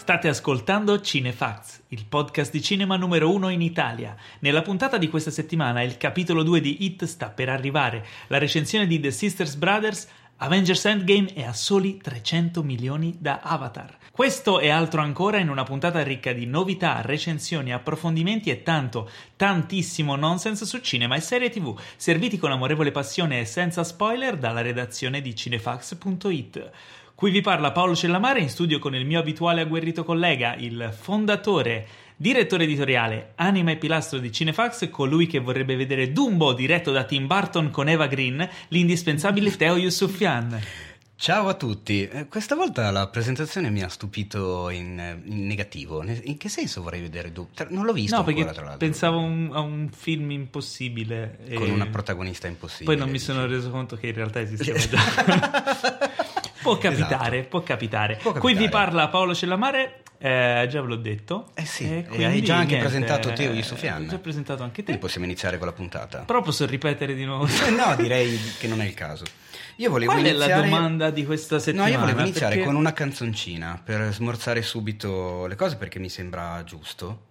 State ascoltando Cinefacts, il podcast di cinema numero 1 in Italia. Nella puntata di questa settimana il capitolo 2 di It sta per arrivare. La recensione di The Sisters Brothers, Avengers Endgame è a soli 300 milioni da Avatar. Questo e altro ancora in una puntata ricca di novità, recensioni, approfondimenti e tantissimo nonsense su cinema e serie TV, serviti con amorevole passione e senza spoiler dalla redazione di cinefax.it. Qui vi parla Paolo Cellamare in studio con il mio abituale agguerrito collega, il fondatore, direttore editoriale, anima e pilastro di Cinefax, colui che vorrebbe vedere Dumbo diretto da Tim Burton con Eva Green, l'indispensabile Teo Yusufian. Ciao a tutti, questa volta la presentazione mi ha stupito in negativo. In che senso vorrei vedere Dumbo? Non l'ho visto ancora, tra l'altro. Pensavo a un film impossibile. Con una protagonista impossibile. Poi non mi sono reso conto che in realtà esisteva già. Può capitare, esatto. può capitare. Qui vi parla Paolo Cellamare, già ve l'ho detto. Sì, e hai già anche presentato Teo Yusufian. Ho già presentato anche te. Quindi possiamo iniziare con la puntata. Però posso ripetere di nuovo? No, direi che non è il caso. Io volevo Qual iniziare... è la domanda di questa settimana? No, io volevo iniziare con una canzoncina per smorzare subito le cose, perché mi sembra giusto.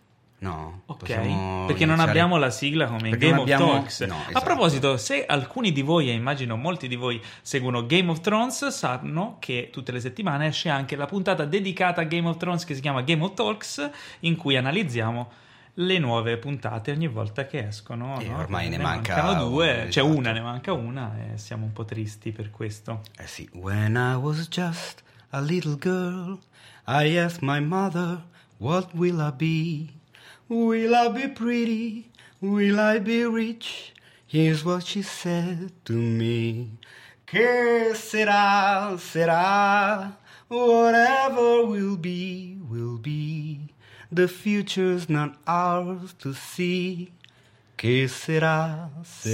No, ok, perché non abbiamo la sigla come in Game of Thrones. No, esatto. A proposito, se alcuni di voi, e immagino molti di voi, seguono Game of Thrones, sanno che tutte le settimane esce anche la puntata dedicata a Game of Thrones che si chiama Game of Talks, in cui analizziamo le nuove puntate ogni volta che escono. E no? ormai ne mancano due, esatto. cioè una, ne manca una e siamo un po' tristi per questo. Sì. When I was just a little girl, I asked my mother, what will I be? Will I be pretty? Will I be rich? Here's what she said to me. Que será, será, whatever will be, will be. The future's not ours to see. Che sarà,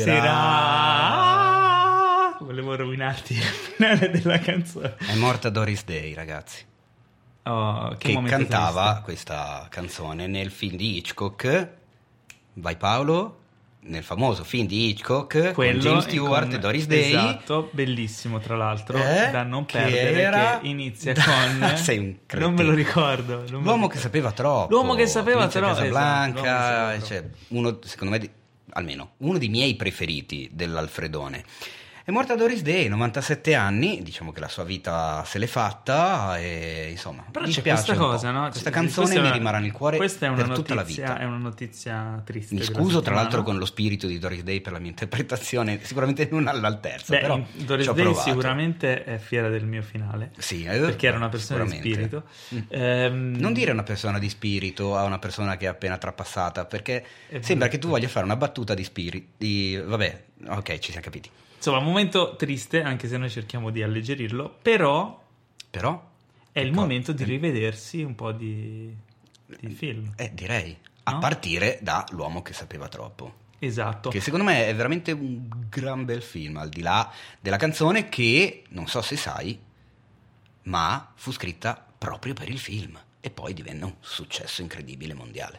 sarà. Volevo rovinarti il finale della canzone. È morta Doris Day, ragazzi. Oh, che cantava questa canzone nel film di Hitchcock. Vai Paolo. Nel famoso film di Hitchcock, quello, con James Stewart e Doris Day. Esatto, bellissimo tra l'altro, da non perdere, che inizia con... Sei un cretino. Non me lo ricordo. L'uomo che sapeva troppo. L'uomo che sapeva troppo. Casablanca, esatto, cioè, uno, secondo me, almeno uno dei miei preferiti dell'Alfredone. È morta Doris Day, 97 anni, diciamo che la sua vita se l'è fatta e insomma. Però c'è questa cosa, no? Questa canzone mi rimarrà nel cuore per tutta la vita. È una notizia triste. Mi scuso tra l'altro con lo spirito di Doris Day per la mia interpretazione, sicuramente non all'altezza. Però Doris Day sicuramente è fiera del mio finale. Sì, perché era una persona di spirito. Non dire una persona di spirito a una persona che è appena trapassata, perché sembra che tu voglia fare una battuta di spirito. Vabbè, ok, ci siamo capiti. Insomma, un momento triste, anche se noi cerchiamo di alleggerirlo, però è il momento di rivedersi un po' di film. Direi, a partire da L'uomo che sapeva troppo. Esatto. Che secondo me è veramente un gran bel film, al di là della canzone che, non so se sai, ma fu scritta proprio per il film e poi divenne un successo incredibile mondiale.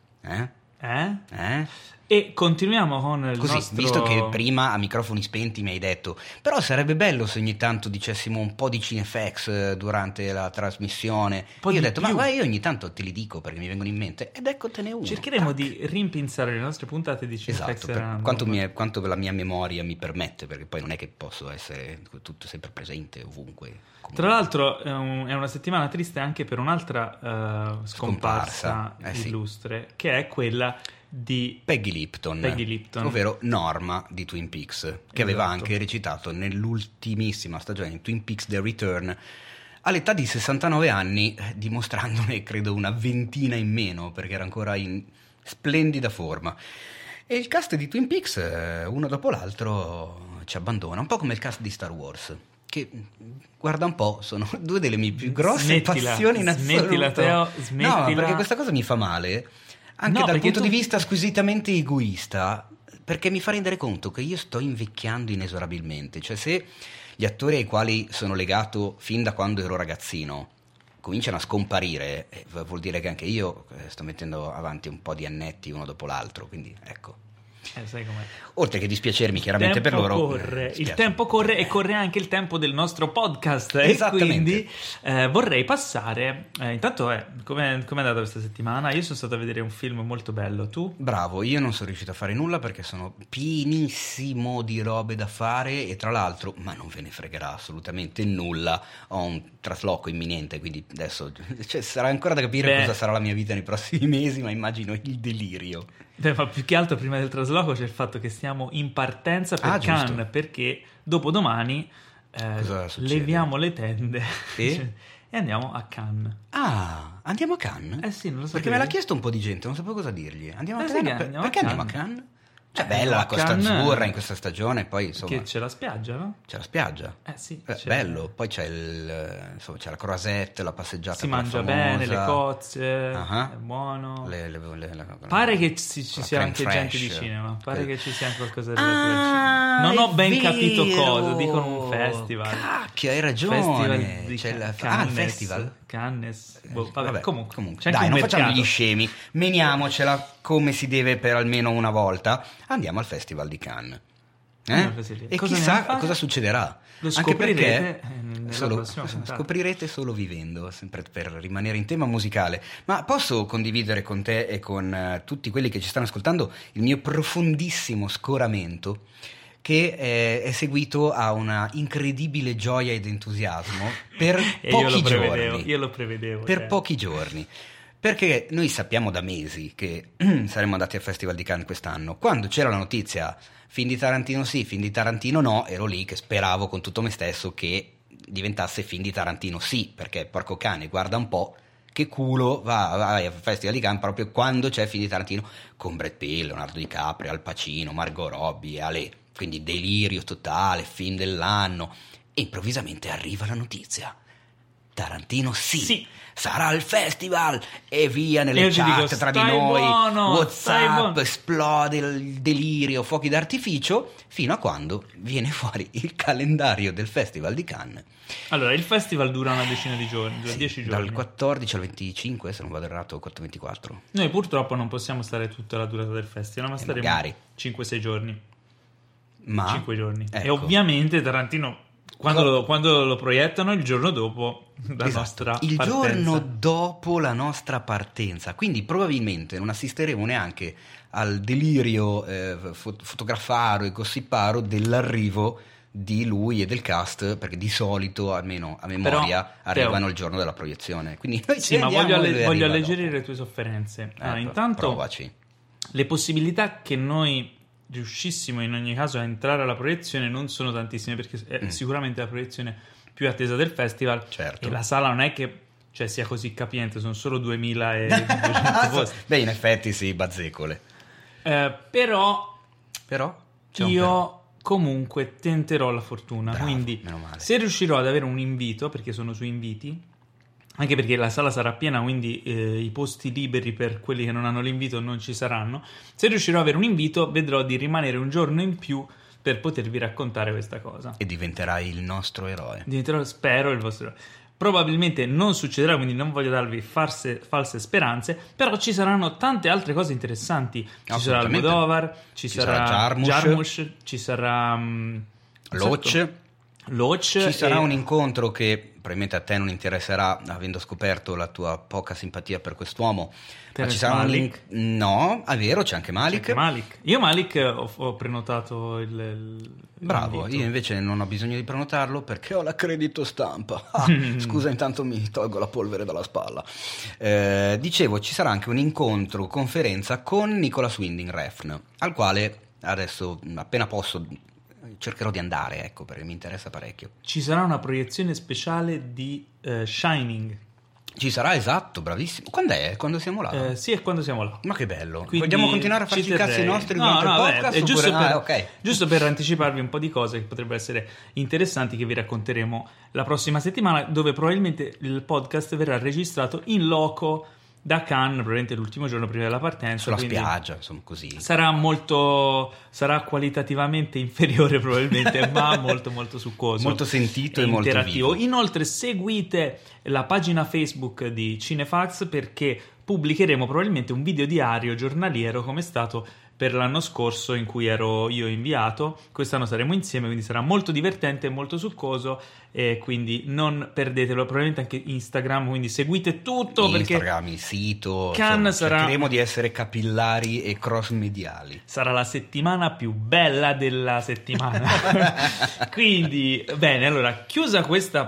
E continuiamo con il così, nostro... visto che prima a microfoni spenti mi hai detto però sarebbe bello se ogni tanto dicessimo un po' di Cinefax durante la trasmissione, io ho detto ma io ogni tanto te li dico perché mi vengono in mente ed eccotene uno. Cercheremo di rimpinzare le nostre puntate di Cinefax, esatto, quanto la mia memoria mi permette, perché poi non è che posso essere tutto sempre presente ovunque. Tra l'altro è una settimana triste anche per un'altra scomparsa illustre, che è quella di Peggy Lipton, ovvero Norma di Twin Peaks, che aveva anche recitato nell'ultimissima stagione di Twin Peaks The Return all'età di 69 anni, dimostrandone credo una ventina in meno perché era ancora in splendida forma. E il cast di Twin Peaks uno dopo l'altro ci abbandona, un po' come il cast di Star Wars, che guarda un po' sono due delle mie più grosse passioni in assoluto. Smettila Teo, smettila. No, perché questa cosa mi fa male anche dal punto di vista squisitamente egoista, perché mi fa rendere conto che io sto invecchiando inesorabilmente. Cioè, se gli attori ai quali sono legato fin da quando ero ragazzino cominciano a scomparire, vuol dire che anche io sto mettendo avanti un po' di annetti uno dopo l'altro, quindi ecco. Sai com'è. Oltre che dispiacermi chiaramente per loro. Il tempo corre e corre anche il tempo del nostro podcast. Esattamente. E quindi vorrei passare. Intanto, com'è andata questa settimana? Io sono stato a vedere un film molto bello. Tu? Bravo, io non sono riuscito a fare nulla perché sono pienissimo di robe da fare e tra l'altro, ma non ve ne fregherà assolutamente nulla, ho un trasloco imminente, quindi adesso sarà ancora da capire cosa sarà la mia vita nei prossimi mesi, ma immagino il delirio. Ma più che altro prima del trasloco c'è il fatto che stiamo in partenza per Cannes, giusto. perché dopodomani leviamo le tende e andiamo a Cannes. Ah, andiamo a Cannes? Sì, non lo so. Perché me l'ha chiesto un po' di gente, non sapevo cosa dirgli. Andiamo a Cannes? Sì, perché andiamo a Cannes? Cioè, bella la Costa Azzurra in questa stagione, poi insomma. Che c'è la spiaggia, no? C'è la spiaggia. Sì. Bello, poi c'è c'è la croisette, la passeggiata. Si mangia bene, le cozze, è buono. Pare che ci sia anche gente di cinema. Pare che ci sia anche qualcosa relativo al cinema. Non ho ben capito cosa, dicono un festival. Cacchio, hai ragione. Festival il festival? Cannes. Vabbè, comunque. Dai, non facciamo gli scemi, meniamocela come si deve per almeno una volta. Andiamo al Festival di Cannes. E chissà cosa succederà. Lo scoprirete anche perché scoprirete solo vivendo, sempre per rimanere in tema musicale. Ma posso condividere con te e con tutti quelli che ci stanno ascoltando il mio profondissimo scoramento, che è seguito a una incredibile gioia ed entusiasmo per pochi giorni. Io lo prevedevo. Per pochi giorni. Perché noi sappiamo da mesi che saremmo andati al Festival di Cannes quest'anno. Quando c'era la notizia film di Tarantino sì, film di Tarantino no, ero lì che speravo con tutto me stesso che diventasse film di Tarantino sì, perché porco cane, guarda un po' che culo vai al Festival di Cannes proprio quando c'è film di Tarantino con Brad Pitt, Leonardo DiCaprio, Al Pacino, Margot Robbie, Ale. Quindi delirio totale, film dell'anno. E improvvisamente arriva la notizia. Tarantino sì. Sarà al festival e via nelle chat tra di noi, WhatsApp, esplode il delirio, fuochi d'artificio, fino a quando viene fuori il calendario del Festival di Cannes. Allora, il festival dura una decina di giorni, 10 giorni. Dal 14 al 25, se non vado errato, 24. Noi purtroppo non possiamo stare tutta la durata del festival, ma staremo magari 5-6 giorni. Ma 5 giorni. Ecco. E ovviamente Tarantino quando lo proiettano il giorno dopo la nostra il partenza. Giorno dopo la nostra partenza, quindi probabilmente non assisteremo neanche al delirio fotografaro e gossiparo dell'arrivo di lui e del cast, perché di solito, almeno a memoria, arrivano il giorno della proiezione. Quindi noi ma voglio alleggerire le tue sofferenze. Intanto provaci. Le possibilità che noi riuscissimo in ogni caso a entrare alla proiezione non sono tantissime, perché è sicuramente la proiezione più attesa del festival, certo. E la sala non è che sia così capiente, sono solo 2200 posti. Beh, in effetti sì, bazzecole. Però io comunque tenterò la fortuna. Bravo, quindi meno male. se riuscirò ad avere un invito, perché sono su inviti, anche perché la sala sarà piena, quindi i posti liberi per quelli che non hanno l'invito non ci saranno. Se riuscirò ad avere un invito, vedrò di rimanere un giorno in più per potervi raccontare questa cosa. E diventerai il nostro eroe. Diventerò, spero, il vostro eroe. Probabilmente non succederà, quindi non voglio darvi false speranze, però ci saranno tante altre cose interessanti. Ci sarà Almodovar, ci sarà Jarmusch, ci sarà Loach. Ci sarà un incontro che probabilmente a te non interesserà, avendo scoperto la tua poca simpatia per quest'uomo. Ma ci sarà no, è vero, c'è anche Malik. Io Malik ho prenotato il bravo, invito. Io invece non ho bisogno di prenotarlo perché ho l'accredito stampa. Scusa, intanto mi tolgo la polvere dalla spalla. Dicevo, ci sarà anche un incontro, conferenza con Nicolas Winding Refn, al quale adesso appena posso cercherò di andare, ecco, perché mi interessa parecchio. Ci sarà una proiezione speciale di Shining. Ci sarà, esatto, bravissimo. Quando è? Quando siamo là? Sì, è quando siamo là. Ma che bello. Quindi vogliamo continuare a farci i cazzi nostri durante il podcast? È giusto per anticiparvi un po' di cose che potrebbero essere interessanti, che vi racconteremo la prossima settimana, dove probabilmente il podcast verrà registrato in loco da Cannes, probabilmente l'ultimo giorno prima della partenza. Sulla spiaggia, insomma, così. Sarà qualitativamente inferiore probabilmente, ma molto molto succoso. Molto sentito e molto vivo. Inoltre seguite la pagina Facebook di Cinefax, perché pubblicheremo probabilmente un video diario giornaliero, come è stato per l'anno scorso in cui ero io inviato. Quest'anno saremo insieme, quindi sarà molto divertente e molto succoso, e quindi non perdetelo. Probabilmente anche Instagram, quindi seguite tutto, Instagram, perché il sito, Cannes cercheremo di essere capillari e cross mediali. sarà la settimana più bella della settimana. Quindi bene, allora, chiusa questa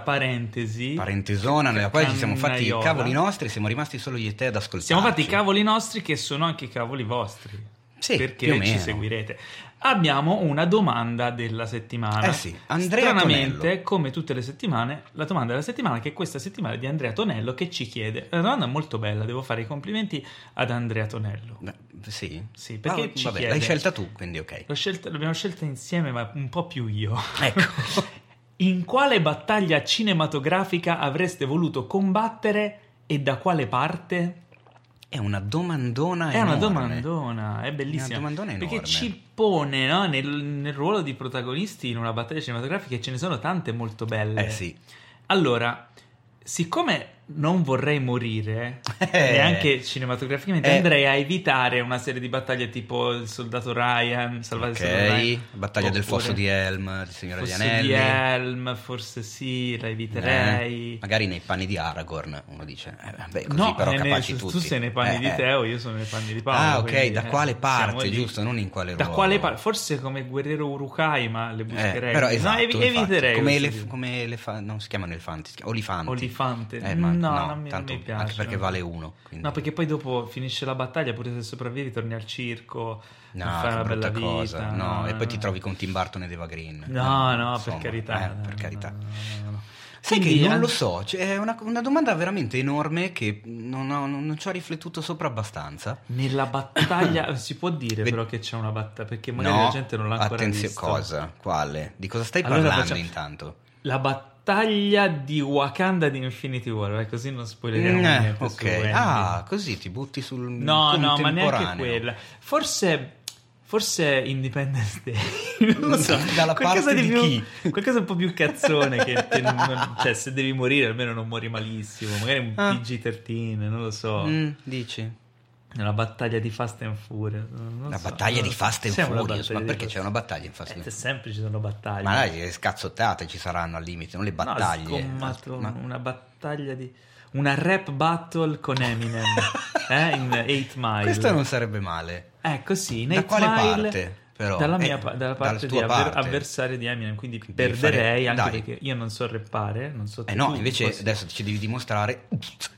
parentesona nella quale ci siamo fatti i cannaiola, cavoli nostri, siamo rimasti solo io e te ad ascoltarci. siamo fatti i cavoli nostri, che sono anche i cavoli vostri. Sì, perché più o ci meno. seguirete. Abbiamo una domanda della settimana. Sì, Andrea Stranamente, Tonello. come tutte le settimane, la domanda della settimana, che questa settimana è di Andrea Tonello, che ci chiede. La domanda è molto bella, devo fare i complimenti ad Andrea Tonello. Sì? Sì, perché ci vabbè, chiede. l'hai scelta tu, quindi ok. L'abbiamo scelta insieme, ma un po' più io. Ecco. In quale battaglia cinematografica avreste voluto combattere e da quale parte? È una domandona È una enorme. domandona, è bellissima. Una domandona enorme. Perché ci pone, no, nel ruolo di protagonisti in una battaglia cinematografica, e ce ne sono tante molto belle. Sì. Allora, siccome non vorrei morire, neanche cinematograficamente, Eh. andrei a evitare una serie di battaglie tipo il soldato Ryan, Salvate il soldato Ryan. Battaglia del Oppure fosso di Helm, il Signore degli Fosso Anelli. di Helm, forse sì, la eviterei. Magari nei panni di Aragorn, uno dice, così No, però capaci tu tutti. sei nei panni di Teo, io sono nei panni di Paolo. Ah, ok, quindi, da quale parte, siamo lì. giusto, non in quale Da ruolo. quale parte? Forse come guerriero Urukai, ma le buscherei. Però esatto, no, infatti, eviterei. come non si chiamano elefanti, olifanti. Olifante. Ma no, no, non mi tanto, piace. anche perché vale uno. Quindi. No, perché poi dopo finisce la battaglia, pure se sopravvivi torni al circo, No, fai che una bella brutta cosa. vita. No, e poi ti trovi con Tim Burton ed Eva Green. No, Insomma, per carità. per carità. No. Sai Quindi, che non lo so, è una domanda veramente enorme che non ci ho riflettuto sopra abbastanza. Nella battaglia si può dire però che c'è una battaglia, perché magari la gente non l'ha ancora vista. Cosa? Quale? Di cosa stai Allora parlando facciamo- intanto? La battaglia di Wakanda di Infinity War, così non spoileriamo niente su Ok. Endgame. Così ti butti sul No, ma neanche contemporaneo. quella. Forse Independence Day. Non lo so. Dalla parte di chi? Qualcosa un po' più cazzone che cioè, se devi morire almeno non muori malissimo. Magari un PG-13, non lo so. Dici? Nella battaglia di Fast and Furious. Non La so. battaglia di Fast and Siamo alla Furious? battaglia Ma di perché c'è una battaglia in Fast and Furious? sempre ci sono battaglie. Ma dai, le scazzottate ci saranno al limite, non le battaglie. Scommatto Ma- una battaglia di... Una rap battle con Eminem in 8 Mile. Questo non sarebbe male. Così, in Da 8 quale Mile, parte, però? dalla Dalla parte tua di parte. avversario di Eminem, quindi Devi perderei fare- anche dai. perché io non so rappare, non so No, tu invece forse- adesso ci devi dimostrare.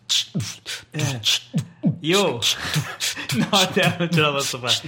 Io no, te non ce la posso fare.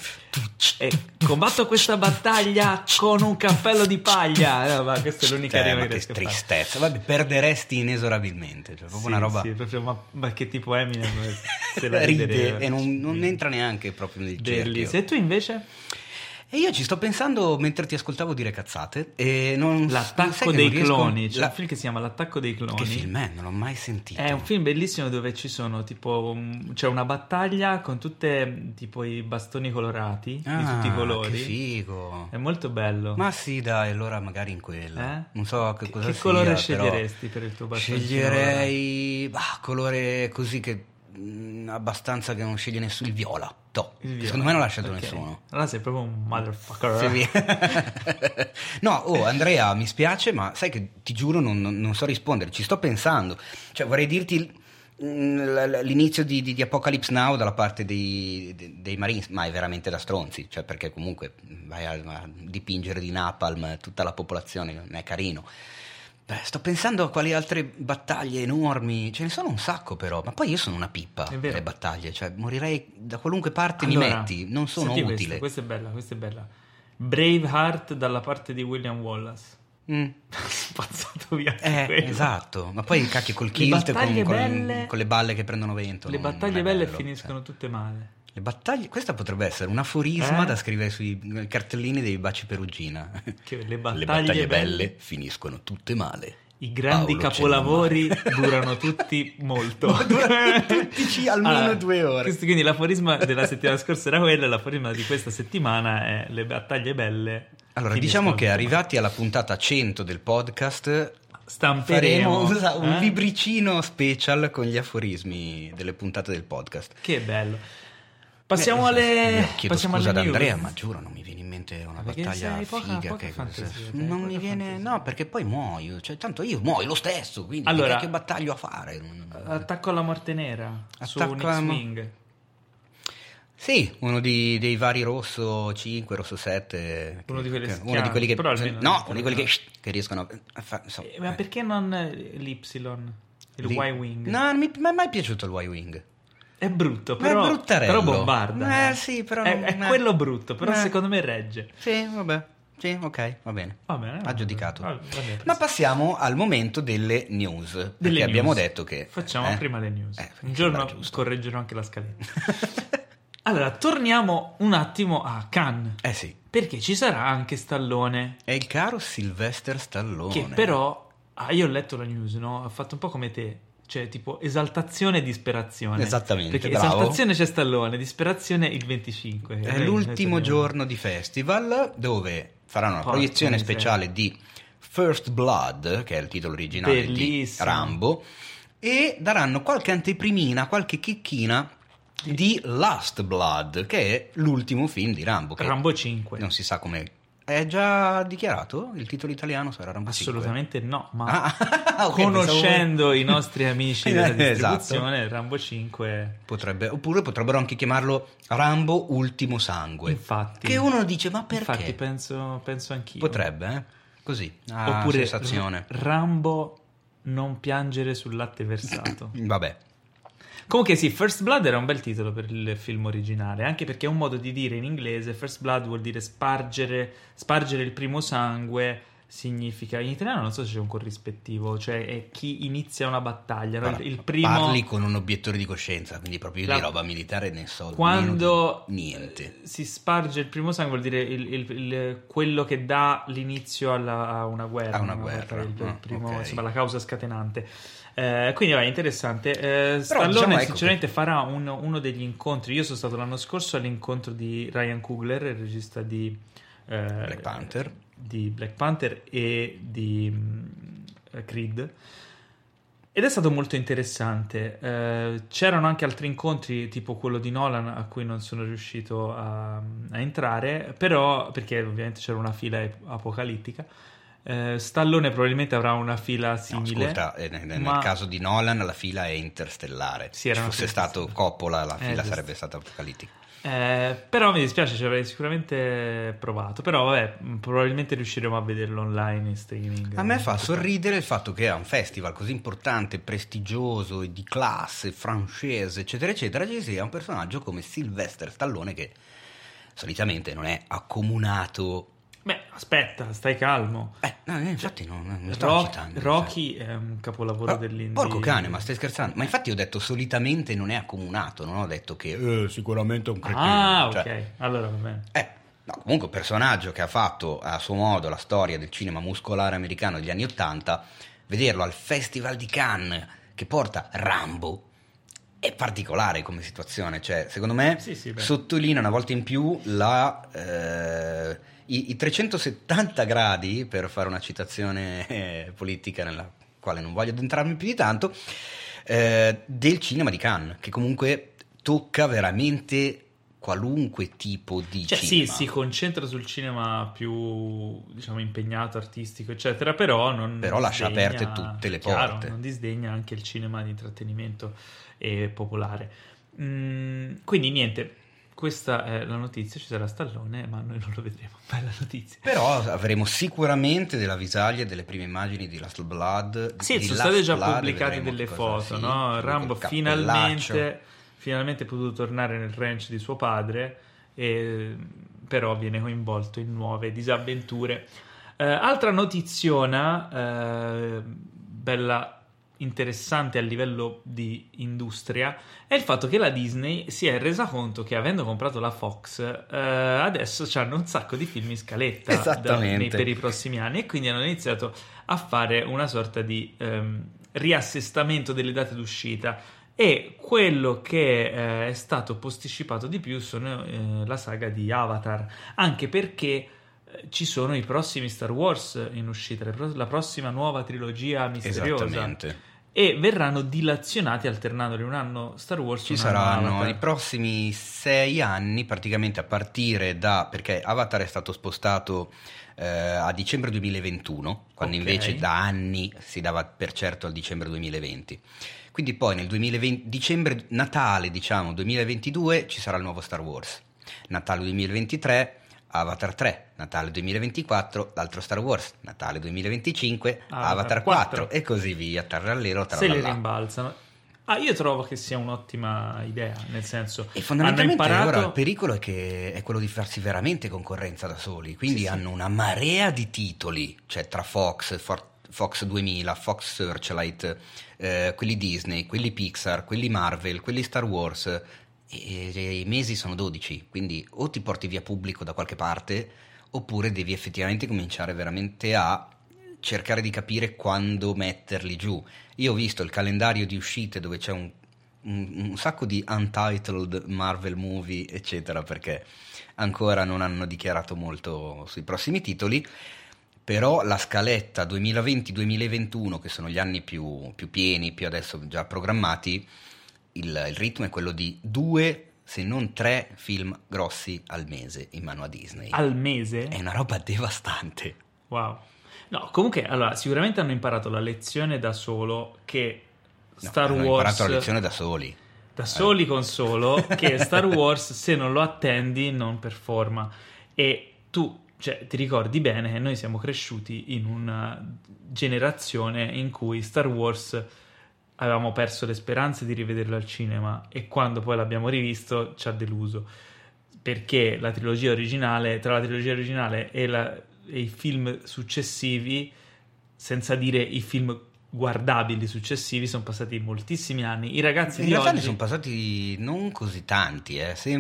Combatto questa battaglia con un cappello di paglia. No, ma questa è l'unica rima ma che che riesco a fare. tristezza. Vabbè, perderesti inesorabilmente. Cioè, proprio una roba. Sì, proprio, ma che tipo Eminem se la Ride e non entra neanche proprio nel cerchio. Bellissimo. E tu invece? E io ci sto pensando mentre ti ascoltavo dire cazzate. E non sai L'attacco che dei non riesco- cloni. C'è un film che si chiama L'attacco dei cloni. Che film è? Non l'ho mai sentito. È un film bellissimo dove ci sono tipo c'è una battaglia con tutte tipo i bastoni colorati di tutti i colori. Che figo. È molto bello. Ma sì, dai, allora magari in quella. Non so che cosa Che sia, colore però sceglieresti per il tuo bastone? Sceglierei colore così che abbastanza che non sceglie nessuno, il viola. Il viola. Secondo me non l'ha scelto Ok. nessuno. Allora sei proprio un motherfucker. Sì, via. No, Andrea, mi spiace, ma sai che ti giuro non so rispondere, ci sto pensando. Cioè vorrei dirti l'inizio di Apocalypse Now dalla parte dei Marines, ma è veramente da stronzi, cioè perché comunque vai a dipingere di napalm tutta la popolazione, non è carino. Beh, sto pensando a quali altre battaglie enormi, ce ne sono un sacco però, ma poi io sono una pippa È vero. le battaglie, cioè morirei da qualunque parte Allora, mi metti, non sono senti utile. Questa è bella, questa è bella. Braveheart dalla parte di William Wallace. Spazzato via anche quello. Esatto, ma poi cacchio col Le kilt battaglie belle- con le balle che prendono vento. Le non battaglie è belle bello, finiscono cioè. tutte male. Le battaglie, questa potrebbe essere un aforisma Eh? da scrivere sui cartellini dei baci Perugina. Che le Le battaglie battaglie belle, belle finiscono tutte male. i grandi Paolo capolavori durano tutti molto. Durano tutti almeno Allora, 2 ore. Quindi l'aforisma della settimana scorsa era quello, l'aforisma di questa settimana è le battaglie belle. Allora, finiscono diciamo che tutte arrivati alla puntata 100 del podcast male. Stamperemo faremo un eh? libricino special con gli aforismi delle puntate del podcast. Che bello. Passiamo alle chiedo passiamo scusa ad alle news. Andrea, ma giuro non mi viene in mente una Perché battaglia sei poca figa che fantasia, non poca mi viene, fantasia. no, perché poi muoio, cioè tanto io muoio lo stesso, quindi Allora, che battaglio a fare? Attacco alla morte nera su X-Wing. Sì, uno dei vari Rosso 5, Rosso 7, Uno di quelli uno di quelli che però almeno no, non uno di quelli che riescono a fare, Ma perché non l'Y? Il Y-Wing? No, non mi è mai piaciuto il Y-Wing. È brutto, Ma però, è bruttarello. però bombarda. Sì, però è quello brutto, però secondo me regge. Sì, vabbè. Sì, ok, va bene. Ha giudicato. Va bene, Ma passiamo al momento delle news. Perché Delle news. abbiamo detto che facciamo prima le news. Un mi giorno sembra giusto. correggerò anche la scaletta. Allora, torniamo un attimo a Cannes. Sì. Perché ci sarà anche Stallone. È il caro Sylvester Stallone. Che però, io ho letto la news, no? Ho fatto un po' come te. Cioè, tipo, esaltazione e disperazione. Esattamente, perché bravo. esaltazione c'è Stallone, disperazione il 25. È l'ultimo giorno di festival dove faranno una Porca proiezione miseria. speciale di First Blood, che è il titolo originale Bellissimo. di Rambo, e daranno qualche anteprimina, qualche chicchina di Last Blood, che è l'ultimo film di Rambo. Che Rambo 5. non si sa come. È già dichiarato? Il titolo italiano sarà Rambo 5? Assolutamente no, ma Ok, conoscendo i nostri amici della distribuzione, Esatto. Rambo 5 oppure potrebbero anche chiamarlo Rambo Ultimo Sangue. infatti. Che uno dice, ma perché? Infatti penso anch'io. Potrebbe, Così, Oppure sensazione. Rambo non piangere sul latte versato. Vabbè. Comunque sì, First Blood era un bel titolo per il film originale, anche perché è un modo di dire in inglese. First Blood vuol dire spargere il primo sangue, significa, in italiano non so se c'è un corrispettivo, cioè è chi inizia una battaglia, no? Il primo... Parli con un obiettore di coscienza, quindi proprio io di roba militare ne so quando niente. si sparge il primo sangue vuol dire quello che dà l'inizio a una guerra. A una guerra. Il primo, Ok. insomma, la causa scatenante. Quindi è interessante. Stallone diciamo, ecco sinceramente farà uno degli incontri. Io sono stato l'anno scorso all'incontro di Ryan Coogler, il regista di Black Panther e di Creed, ed è stato molto interessante. C'erano anche altri incontri tipo quello di Nolan a cui non sono riuscito a entrare, però perché ovviamente c'era una fila apocalittica. Stallone probabilmente avrà una fila simile. No, ascolta, nel caso di Nolan la fila è interstellare. Sì, se fosse stato Coppola la fila giusto. sarebbe stata apocalittica. Però mi dispiace, ci avrei sicuramente provato. Però vabbè, probabilmente riusciremo a vederlo online in streaming. A me fa sorridere il fatto che a un festival così importante, prestigioso e di classe francese, eccetera eccetera, ci sia un personaggio come Sylvester Stallone che solitamente non è accomunato. Beh, aspetta, stai calmo. No, infatti non sto citando. Rocky è un capolavoro dell'indie. Porco cane, ma stai scherzando? Ma infatti ho detto solitamente non è accomunato, non ho detto che sicuramente è un cretino. Ah, ok, Cioè, allora va bene. no, comunque un personaggio che ha fatto a suo modo la storia del cinema muscolare americano degli anni '80, vederlo al Festival di Cannes che porta Rambo è particolare come situazione, cioè secondo me sottolinea una volta in più i 370 gradi, per fare una citazione politica nella quale non voglio addentrarmi più di tanto, del cinema di Cannes, che comunque tocca veramente qualunque tipo di cinema. Sì, si concentra sul cinema più, diciamo, impegnato, artistico, eccetera, però lascia aperte tutte le porte. Non disdegna anche il cinema di intrattenimento e popolare. Quindi niente, questa è la notizia, ci sarà Stallone, ma noi non lo vedremo. Bella notizia. Però avremo sicuramente della visaglia e delle prime immagini di Last Blood. Sì, sono state già pubblicate delle foto, no? Rambo finalmente è potuto tornare nel ranch di suo padre, però viene coinvolto in nuove disavventure. Altra notiziona, bella interessante a livello di industria, è il fatto che la Disney si è resa conto che, avendo comprato la Fox, adesso hanno un sacco di film in scaletta per i prossimi anni, e quindi hanno iniziato a fare una sorta di riassestamento delle date d'uscita, e quello che è stato posticipato di più sono la saga di Avatar, anche perché ci sono i prossimi Star Wars in uscita, la prossima nuova trilogia misteriosa. Esattamente. e verranno dilazionati alternandoli un anno Star Wars. Ci saranno i prossimi 6 anni, praticamente a partire da, perché Avatar è stato spostato a dicembre 2021, quando invece da anni si dava per certo al dicembre 2020. Quindi poi nel 2020, dicembre, Natale diciamo 2022 ci sarà il nuovo Star Wars, Natale 2023 Avatar 3, Natale 2024 l'altro Star Wars, Natale 2025 Avatar 4 e così via, tarallero se le rimbalzano. Io trovo che sia un'ottima idea, nel senso, e fondamentalmente hanno imparato... ora il pericolo è che è quello di farsi veramente concorrenza da soli, quindi hanno una marea di titoli, cioè tra Fox 2000, Fox Searchlight, quelli Disney, quelli Pixar, quelli Marvel, quelli Star Wars, e i mesi sono 12, quindi o ti porti via pubblico da qualche parte oppure devi effettivamente cominciare veramente a cercare di capire quando metterli giù. Io ho visto il calendario di uscite dove c'è un sacco di untitled Marvel movie eccetera, perché ancora non hanno dichiarato molto sui prossimi titoli, però la scaletta 2020-2021, che sono gli anni più pieni, più adesso già programmati, il ritmo è quello di 2 se non 3 film grossi al mese in mano a Disney. Al mese? È una roba devastante. Wow. No, comunque, allora, sicuramente hanno imparato la lezione da solo che Star Wars... Hanno imparato la lezione da soli. Da soli con solo, che Star Wars, se non lo attendi, non performa. E tu, cioè, ti ricordi bene che noi siamo cresciuti in una generazione in cui Star Wars... avevamo perso le speranze di rivederlo al cinema e quando poi l'abbiamo rivisto ci ha deluso, perché la trilogia originale, tra la trilogia originale e i film successivi, senza dire i film guardabili successivi, sono passati moltissimi anni. I ragazzi in di realtà oggi ne sono passati non così tanti,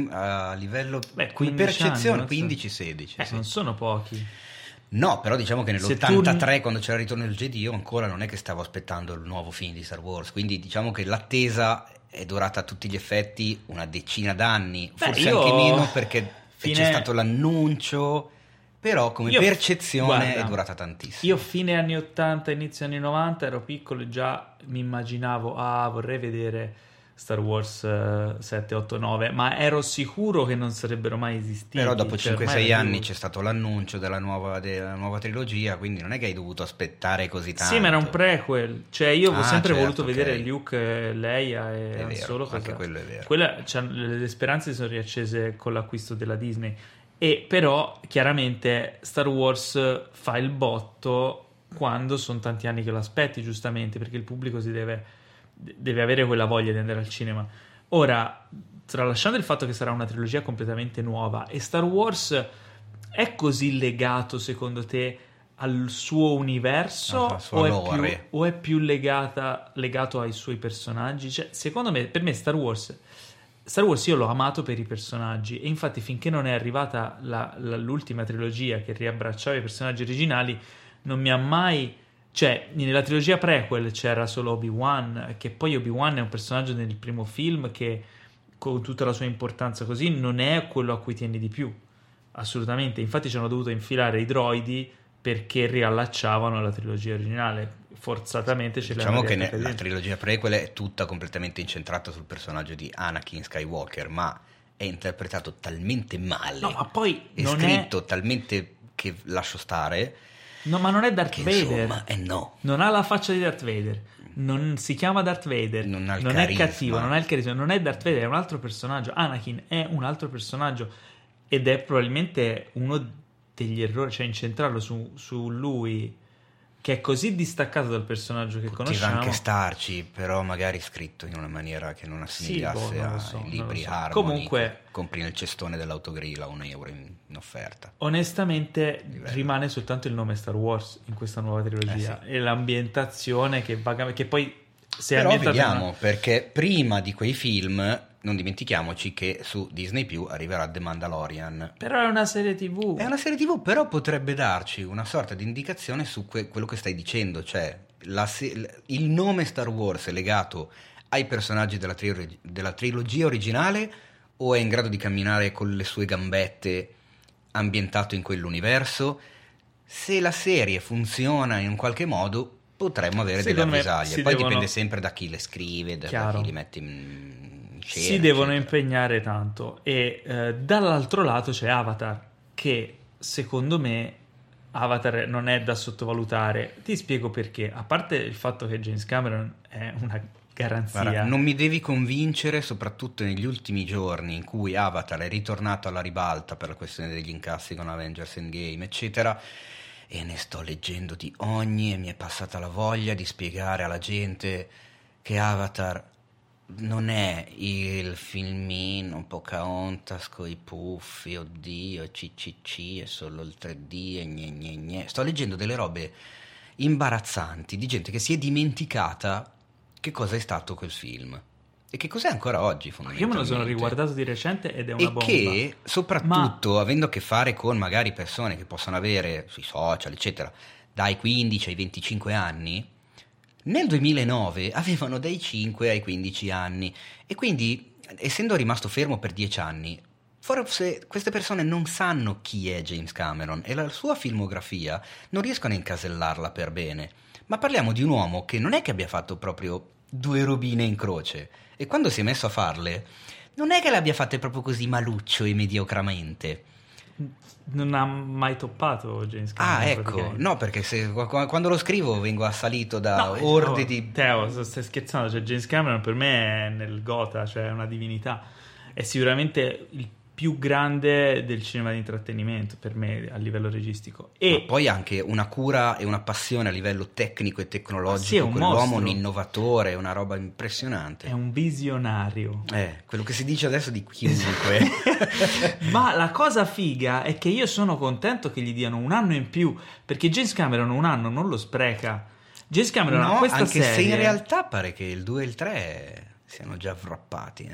a livello di 15 percezione, anni, 15-16 sì. Non sono pochi. No, però diciamo che nell'83 quando c'era il ritorno del Jedi io ancora non è che stavo aspettando il nuovo film di Star Wars, quindi diciamo che l'attesa è durata a tutti gli effetti una decina d'anni, forse anche meno, perché c'è stato l'annuncio, però come percezione è durata tantissimo. Io fine anni 80, inizio anni 90 ero piccolo e già mi immaginavo vorrei vedere Star Wars 7, 8, 9, ma ero sicuro che non sarebbero mai esistiti. Però dopo 5-6 anni c'è stato l'annuncio della nuova trilogia, quindi non è che hai dovuto aspettare così tanto. Sì, ma era un prequel, cioè io ho sempre voluto vedere Luke, Leia e Han Solo. Anche quello è vero. Le speranze si sono riaccese con l'acquisto della Disney, e però chiaramente Star Wars fa il botto quando sono tanti anni che lo aspetti, giustamente, perché il pubblico deve avere quella voglia di andare al cinema. Ora, tralasciando il fatto che sarà una trilogia completamente nuova, e Star Wars è così legato secondo te al suo universo o è più legato ai suoi personaggi? Cioè, secondo me, per me Star Wars io l'ho amato per i personaggi, e infatti finché non è arrivata l'ultima trilogia che riabbracciava i personaggi originali non mi ha mai... Cioè, nella trilogia prequel c'era solo Obi-Wan, che poi Obi-Wan è un personaggio nel primo film che, con tutta la sua importanza così, non è quello a cui tieni di più, assolutamente. Infatti ci hanno dovuto infilare i droidi perché riallacciavano la trilogia originale, forzatamente. Diciamo che la trilogia prequel è tutta completamente incentrata sul personaggio di Anakin Skywalker, ma è interpretato talmente male, no, ma poi è scritto talmente che lascio stare. No, ma non è Darth Vader. Insomma, no. Non ha la faccia di Darth Vader. Non si chiama Darth Vader. Non ha il carisma. È cattivo, non ha il carisma. Non è Darth Vader, è un altro personaggio. Anakin è un altro personaggio. Ed è probabilmente uno degli errori, cioè incentrarlo su lui, che è così distaccato dal personaggio che conosciamo. Poteva anche starci, però magari scritto in una maniera che non assimigliasse ai libri Harmony. Comunque compri nel cestone dell'autogrill a €1 in offerta. Onestamente rimane soltanto il nome Star Wars in questa nuova trilogia, e l'ambientazione che poi se però vediamo, perché prima di quei film non dimentichiamoci che su Disney Più arriverà The Mandalorian. Però è una serie TV. È una serie TV, però potrebbe darci una sorta di indicazione su quello che stai dicendo, cioè il nome Star Wars è legato ai personaggi della trilogia originale, o è in grado di camminare con le sue gambette ambientato in quell'universo? Se la serie funziona in qualche modo, potremmo avere delle Secondo me avvisaglie. Poi dipende sempre da chi le scrive, da chi li mette in scena. Si devono impegnare tanto. E dall'altro lato c'è Avatar, che secondo me Avatar non è da sottovalutare. Ti spiego perché. A parte il fatto che James Cameron è una garanzia. Guarda, non mi devi convincere, soprattutto negli ultimi giorni in cui Avatar è ritornato alla ribalta per la questione degli incassi con Avengers Endgame, eccetera, e ne sto leggendo di ogni e mi è passata la voglia di spiegare alla gente che Avatar non è il filmino Pocahontas coi puffi, oddio, CCC, è solo il 3D e gne gne gne. Sto leggendo delle robe imbarazzanti di gente che si è dimenticata che cosa è stato quel film e che cos'è ancora oggi, fondamentalmente. Io me lo sono riguardato di recente ed è una bomba. E che soprattutto avendo a che fare con magari persone che possono avere sui social eccetera dai 15 ai 25 anni, nel 2009 avevano dai 5 ai 15 anni e quindi, essendo rimasto fermo per 10 anni, forse queste persone non sanno chi è James Cameron e la sua filmografia non riescono a incasellarla per bene. Ma parliamo di un uomo che non è che abbia fatto proprio 2 robine in croce, e quando si è messo a farle non è che le abbia fatte proprio così maluccio e mediocramente. Non ha mai toppato James Cameron. Ah, ecco, no, perché quando lo scrivo vengo assalito da orde di... Teo, stai scherzando, cioè James Cameron per me è nel Gotha, cioè è una divinità. È sicuramente il più grande del cinema di intrattenimento per me a livello registico. E ma poi anche una cura e una passione a livello tecnico e tecnologico. Sì, è un quell'uomo, mostro. un innovatore, una roba impressionante. È un visionario. Quello che si dice adesso di chiunque. Ma la cosa figa è che io sono contento che gli diano un anno in più, perché James Cameron un anno non lo spreca. James Cameron ha questa anche serie... se in realtà pare che il 2 e il 3 siano già wrappati,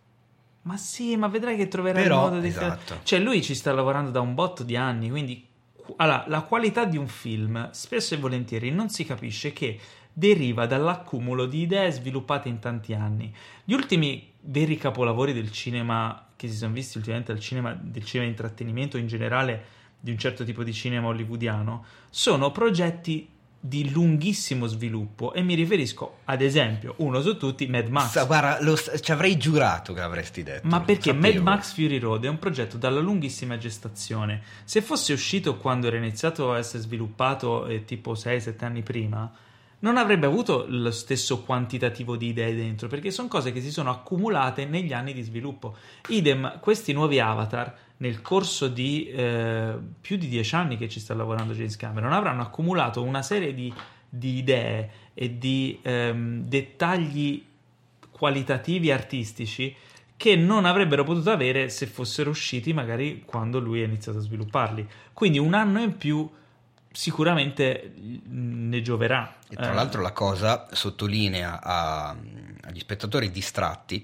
Ma sì, ma vedrai che troverà Però, il modo di esatto. Cioè lui ci sta lavorando da un botto di anni, quindi allora, la qualità di un film spesso e volentieri non si capisce che deriva dall'accumulo di idee sviluppate in tanti anni. Gli ultimi veri capolavori del cinema che si sono visti ultimamente del cinema di intrattenimento in generale, di un certo tipo di cinema hollywoodiano, sono progetti di lunghissimo sviluppo, e mi riferisco ad esempio, uno su tutti, Mad Max. Guarda, ci avrei giurato che avresti detto. Ma perché sapevo. Mad Max Fury Road è un progetto dalla lunghissima gestazione. Se fosse uscito quando era iniziato a essere sviluppato tipo 6-7 anni prima, non avrebbe avuto lo stesso quantitativo di idee dentro, perché sono cose che si sono accumulate negli anni di sviluppo. Idem, questi nuovi Avatar, nel corso di più di 10 anni che ci sta lavorando James Cameron, avranno accumulato una serie di idee e di dettagli qualitativi artistici che non avrebbero potuto avere se fossero usciti magari quando lui ha iniziato a svilupparli. Quindi un anno in più sicuramente ne gioverà. E tra l'altro la cosa sottolinea agli spettatori distratti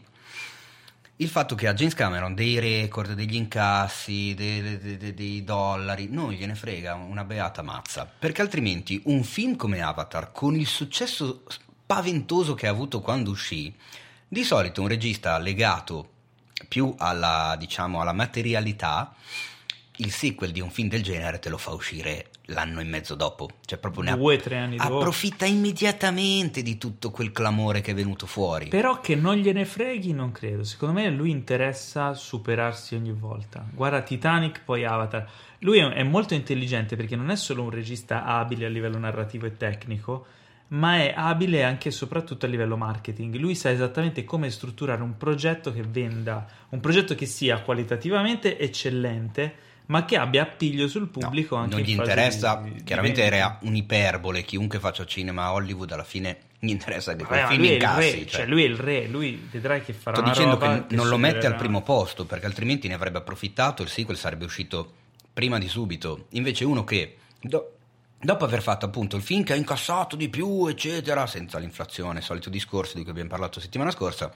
il fatto che a James Cameron dei record, degli incassi, dei dollari non gliene frega una beata mazza, perché altrimenti un film come Avatar, con il successo spaventoso che ha avuto quando uscì, di solito un regista legato più alla, diciamo, alla materialità, il sequel di un film del genere te lo fa uscire l'anno e mezzo dopo, cioè proprio 2-3 anni dopo. Approfitta immediatamente di tutto quel clamore che è venuto fuori. Però che non gliene freghi non credo, secondo me a lui interessa superarsi ogni volta. Guarda Titanic, poi Avatar. Lui è molto intelligente perché non è solo un regista abile a livello narrativo e tecnico, ma è abile anche e soprattutto a livello marketing. Lui sa esattamente come strutturare un progetto che venda, un progetto che sia qualitativamente eccellente, ma che abbia appiglio sul pubblico. No, anche non gli in fase interessa, di chiaramente vendita. era un'iperbole, chiunque faccia cinema a Hollywood alla fine gli interessa che quel Ma film lui è il incassi, re, cioè lui è il re, lui vedrai che farà sto una dicendo roba che non lo mette al supererà. primo posto, perché altrimenti ne avrebbe approfittato, il sequel sarebbe uscito prima di subito. Invece uno che dopo aver fatto appunto il film che ha incassato di più eccetera, senza l'inflazione, solito discorso di cui abbiamo parlato settimana scorsa,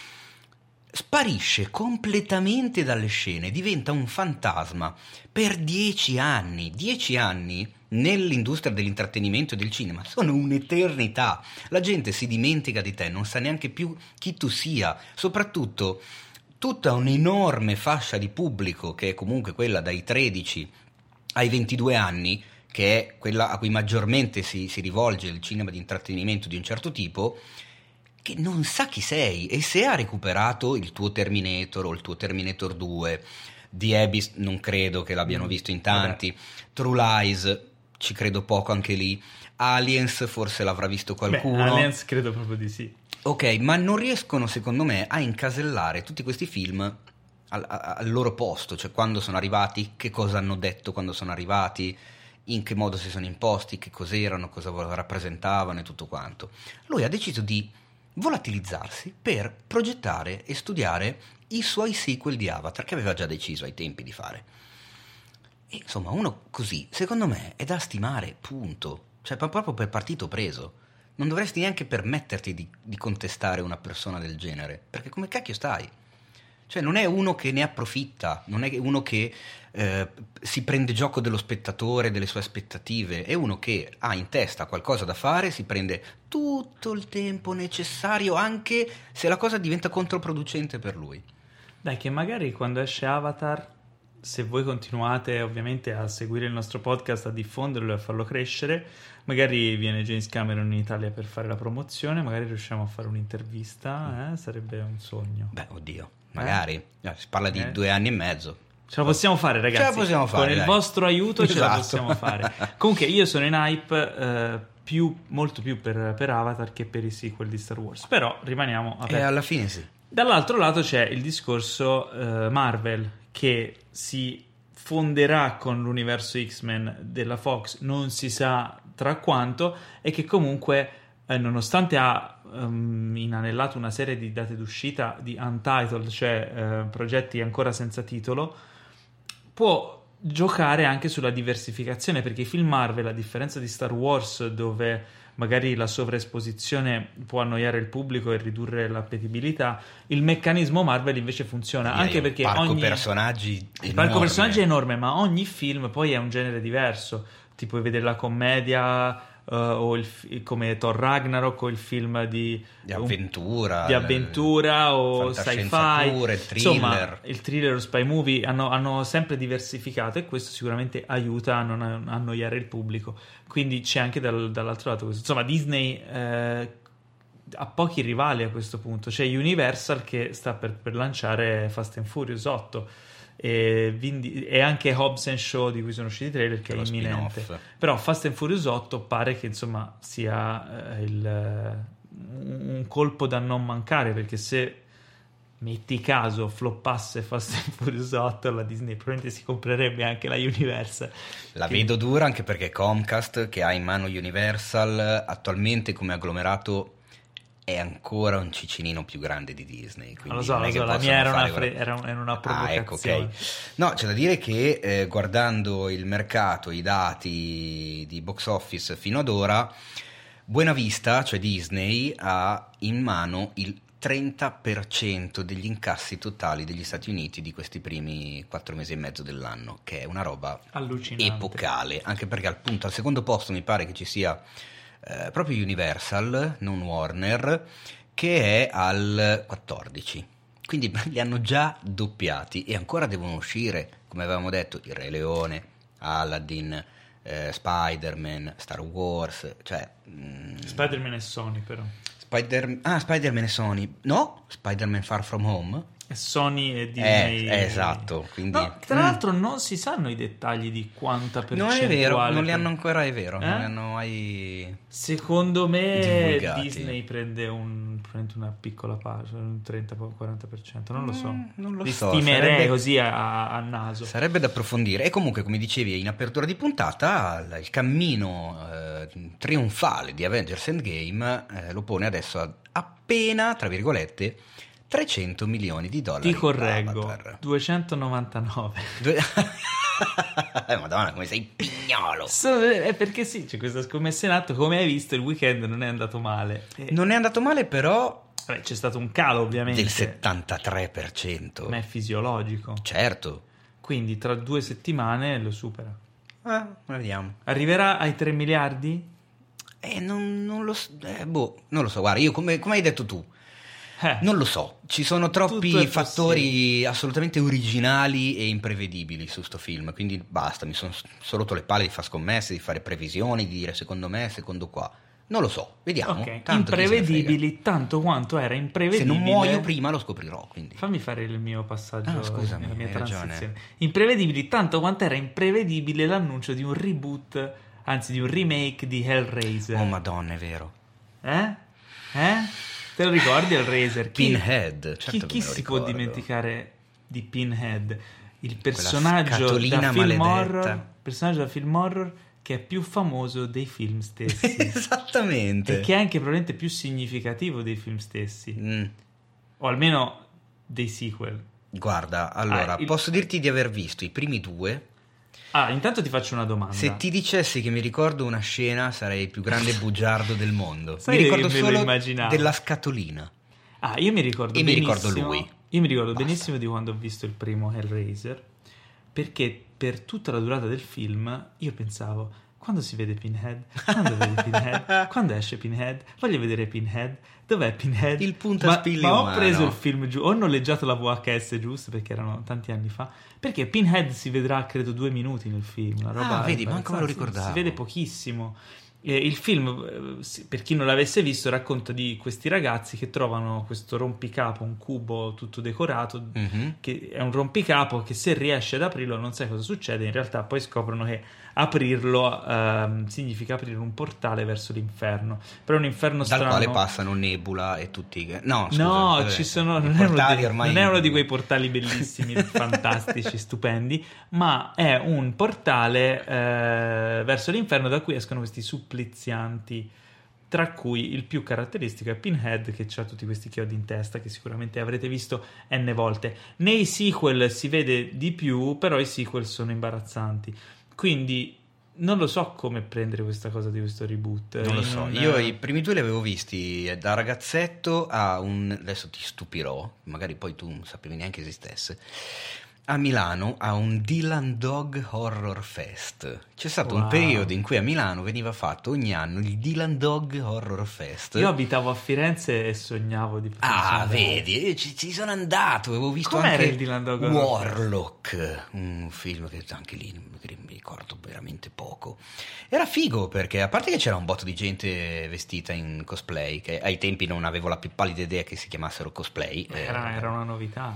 sparisce completamente dalle scene, diventa un fantasma per 10 anni. 10 anni nell'industria dell'intrattenimento e del cinema sono un'eternità. La gente si dimentica di te, non sa neanche più chi tu sia, soprattutto tutta un'enorme fascia di pubblico che è comunque quella dai 13 ai 22 anni, che è quella a cui maggiormente si rivolge il cinema di intrattenimento di un certo tipo, che non sa chi sei, e se ha recuperato il tuo Terminator o il tuo Terminator 2, The Abyss non credo che l'abbiano visto in tanti, True Lies ci credo poco anche lì, Aliens forse l'avrà visto qualcuno. Aliens credo proprio di sì. Ok, ma non riescono secondo me a incasellare tutti questi film al loro posto, cioè quando sono arrivati, che cosa hanno detto quando sono arrivati, in che modo si sono imposti, che cos'erano, cosa rappresentavano e tutto quanto. Lui ha deciso di volatilizzarsi per progettare e studiare i suoi sequel di Avatar, che aveva già deciso ai tempi di fare. E insomma, uno così, secondo me, è da stimare, punto. Cioè, proprio per partito preso. Non dovresti neanche permetterti di contestare una persona del genere, perché come cacchio stai? Cioè, non è uno che ne approfitta, non è uno che si prende gioco dello spettatore, delle sue aspettative, è uno che ha in testa qualcosa da fare, si prende tutto il tempo necessario, anche se la cosa diventa controproducente per lui. Dai, che magari quando esce Avatar, se voi continuate ovviamente a seguire il nostro podcast, a diffonderlo e a farlo crescere, magari viene James Cameron in Italia per fare la promozione, magari riusciamo a fare un'intervista, sarebbe un sogno. Beh, oddio, magari. Si parla di 2 anni e mezzo. Ce la possiamo fare, ragazzi. Ce la possiamo fare, con dai. Il vostro aiuto ce la Esatto. possiamo fare. Comunque io sono in hype molto più per Avatar che per i sequel di Star Wars, però rimaniamo aperti. E alla fine sì. Dall'altro lato c'è il discorso Marvel, che si fonderà con l'universo X-Men della Fox, non si sa tra quanto, e che comunque nonostante ha inanellato una serie di date d'uscita di untitled, cioè progetti ancora senza titolo, può giocare anche sulla diversificazione, perché i film Marvel, a differenza di Star Wars, dove magari la sovraesposizione può annoiare il pubblico e ridurre l'appetibilità, il meccanismo Marvel invece funziona, anche perché il parco personaggi è enorme, ma ogni film poi è un genere diverso. Ti puoi vedere la commedia o come Thor Ragnarok, o il film di avventura, o sci-fi, il thriller. Insomma, il thriller o spy movie hanno sempre diversificato, e questo sicuramente aiuta a non annoiare il pubblico. Quindi c'è anche dall'altro lato questo. Insomma, Disney ha pochi rivali a questo punto. C'è Universal che sta per lanciare Fast and Furious 8 e anche Hobbs and Shaw, di cui sono usciti i trailer, che è imminente. Spin-off. Però Fast and Furious 8 pare che insomma sia un colpo da non mancare, perché se metti caso floppasse Fast and Furious 8, la Disney probabilmente si comprerebbe anche la Universal. La vedo dura, anche perché Comcast, che ha in mano Universal, attualmente come agglomerato è ancora un cicinino più grande di Disney. Lo so, la mia era una provocazione. Ecco, okay. No, c'è da dire che guardando il mercato, i dati di box office fino ad ora, Buena Vista, cioè Disney, ha in mano il 30% degli incassi totali degli Stati Uniti di questi primi 4 mesi e mezzo dell'anno, che è una roba allucinante, epocale, anche perché appunto al secondo posto mi pare che ci sia proprio Universal, non Warner, che è al 14. Quindi li hanno già doppiati, e ancora devono uscire, come avevamo detto, Il Re Leone, Aladdin, Spider-Man, Star Wars, cioè Spider-Man è Sony, però Spider-Man è Sony. No, Spider-Man Far From Home è Sony e Disney. Esatto, quindi tra l'altro non si sanno i dettagli di quanta percentuale. Non è vero, non li hanno ancora, è vero, non li hanno mai. Secondo me divulgati. Disney prende una piccola parte, un 30-40%, non lo so. Non lo li so, stimerei così a naso. Sarebbe da approfondire. E comunque, come dicevi in apertura di puntata, il cammino trionfale di Avengers Endgame lo pone adesso appena, tra virgolette, $300 milioni. Ti correggo, 299. Madonna, come sei pignolo. È perché sì, c'è questa scommessa in atto. Come hai visto, il weekend non è andato male. Non è andato male, però c'è stato un calo ovviamente del 73%. Ma è fisiologico. Certo. Quindi tra 2 settimane lo supera. Vediamo. Arriverà ai 3 miliardi? Non lo so. Non lo so, guarda, io come hai detto tu, Non lo so, ci sono troppi fattori assolutamente originali e imprevedibili su sto film, quindi basta, mi sono rotto le palle di fare scommesse, di fare previsioni, di dire secondo me, secondo qua. Non lo so, vediamo. Ok, imprevedibili tanto quanto era imprevedibile. Se non muoio prima lo scoprirò, quindi. Fammi fare il mio passaggio, scusami, la mia hai transizione. ragione. Imprevedibili tanto quanto era imprevedibile l'annuncio di un reboot, anzi di un remake di Hellraiser. Oh madonna, è vero. Te lo ricordi Hellraiser? Pinhead, certo chi che me lo si può ricordo. dimenticare di Pinhead? Il personaggio da film horror che è più famoso dei film stessi. Esattamente. E che è anche probabilmente più significativo dei film stessi. O almeno dei sequel. Guarda, allora, posso dirti di aver visto i primi 2. Intanto ti faccio una domanda. Se ti dicessi che mi ricordo una scena, sarei il più grande bugiardo del mondo. Sai mi ricordo che me lo solo immaginavo. della scatolina. Io mi ricordo E benissimo. mi ricordo lui. Io mi ricordo Basta. benissimo di quando ho visto il primo Hellraiser, perché per tutta la durata del film io pensavo: quando si vede Pinhead? Quando vede Pinhead? Quando esce Pinhead? Voglio vedere Pinhead. Dov'è Pinhead? Il puntaspilli ma ho umano. preso il film giù, ho noleggiato la VHS giusto, perché erano tanti anni fa, perché Pinhead si vedrà credo 2 minuti nel film, una roba vedi, manco me lo ricordavo. si vede pochissimo. Il film, per chi non l'avesse visto, racconta di questi ragazzi che trovano questo rompicapo, un cubo tutto decorato, che è un rompicapo che se riesce ad aprirlo non sai cosa succede. In realtà poi scoprono che aprirlo significa aprire un portale verso l'inferno, però un inferno strano, dal quale passano Nebula e tutti. Ci sono, non è uno di quei portali bellissimi, fantastici, stupendi, ma è un portale verso l'inferno da cui escono questi supplizianti, tra cui il più caratteristico è Pinhead, che ha tutti questi chiodi in testa che sicuramente avrete visto n volte. Nei sequel si vede di più, però i sequel sono imbarazzanti, quindi non lo so come prendere questa cosa di questo reboot. Non lo so, io i primi 2 li avevo visti da ragazzetto adesso ti stupirò, magari poi tu non sapevi neanche esistesse, a Milano a un Dylan Dog Horror Fest. C'è stato un periodo in cui a Milano veniva fatto ogni anno il Dylan Dog Horror Fest. Io abitavo a Firenze e sognavo di vedi, ci sono andato, avevo visto com'era anche il Dylan Dog Warlock, un film che anche lì mi ricordo veramente poco. Era figo perché a parte che c'era un botto di gente vestita in cosplay, che ai tempi non avevo la più pallida idea che si chiamassero cosplay. Era una novità.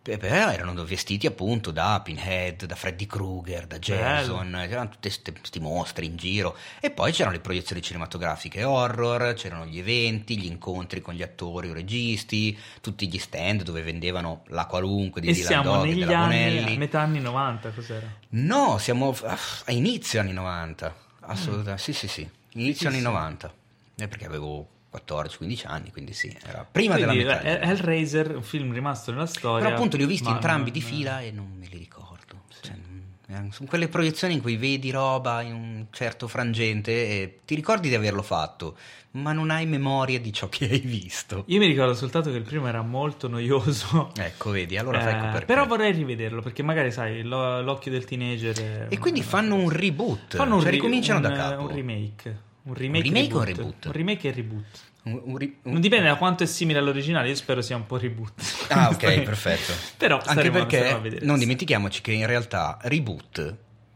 Erano vestiti appunto da Pinhead, da Freddy Krueger, da Jason, c'erano tutti questi mostri in giro, e poi c'erano le proiezioni cinematografiche horror, c'erano gli eventi, gli incontri con gli attori o registi, tutti gli stand dove vendevano la qualunque di Dylan Dog, negli della anni, Bonelli. metà anni 90, cos'era? No, siamo a inizio anni 90, assolutamente, sì, inizio anni 90, perché avevo 14-15 anni, quindi sì, era prima della metà. Hellraiser, un film rimasto nella storia. Però appunto li ho visti entrambi di fila e non me li ricordo. Sì. Sono quelle proiezioni in cui vedi roba in un certo frangente e ti ricordi di averlo fatto, ma non hai memoria di ciò che hai visto. Io mi ricordo soltanto che il primo era molto noioso. Ecco, vedi, allora ecco perché. Però vorrei rivederlo, perché magari sai, l'occhio del teenager. E quindi fanno un reboot, ricominciano da capo. Un remake. Un remake o un reboot? Un remake e reboot. Non dipende da quanto è simile all'originale, io spero sia un po' reboot. Ok, perfetto. Però anche perché non dimentichiamoci che in realtà reboot,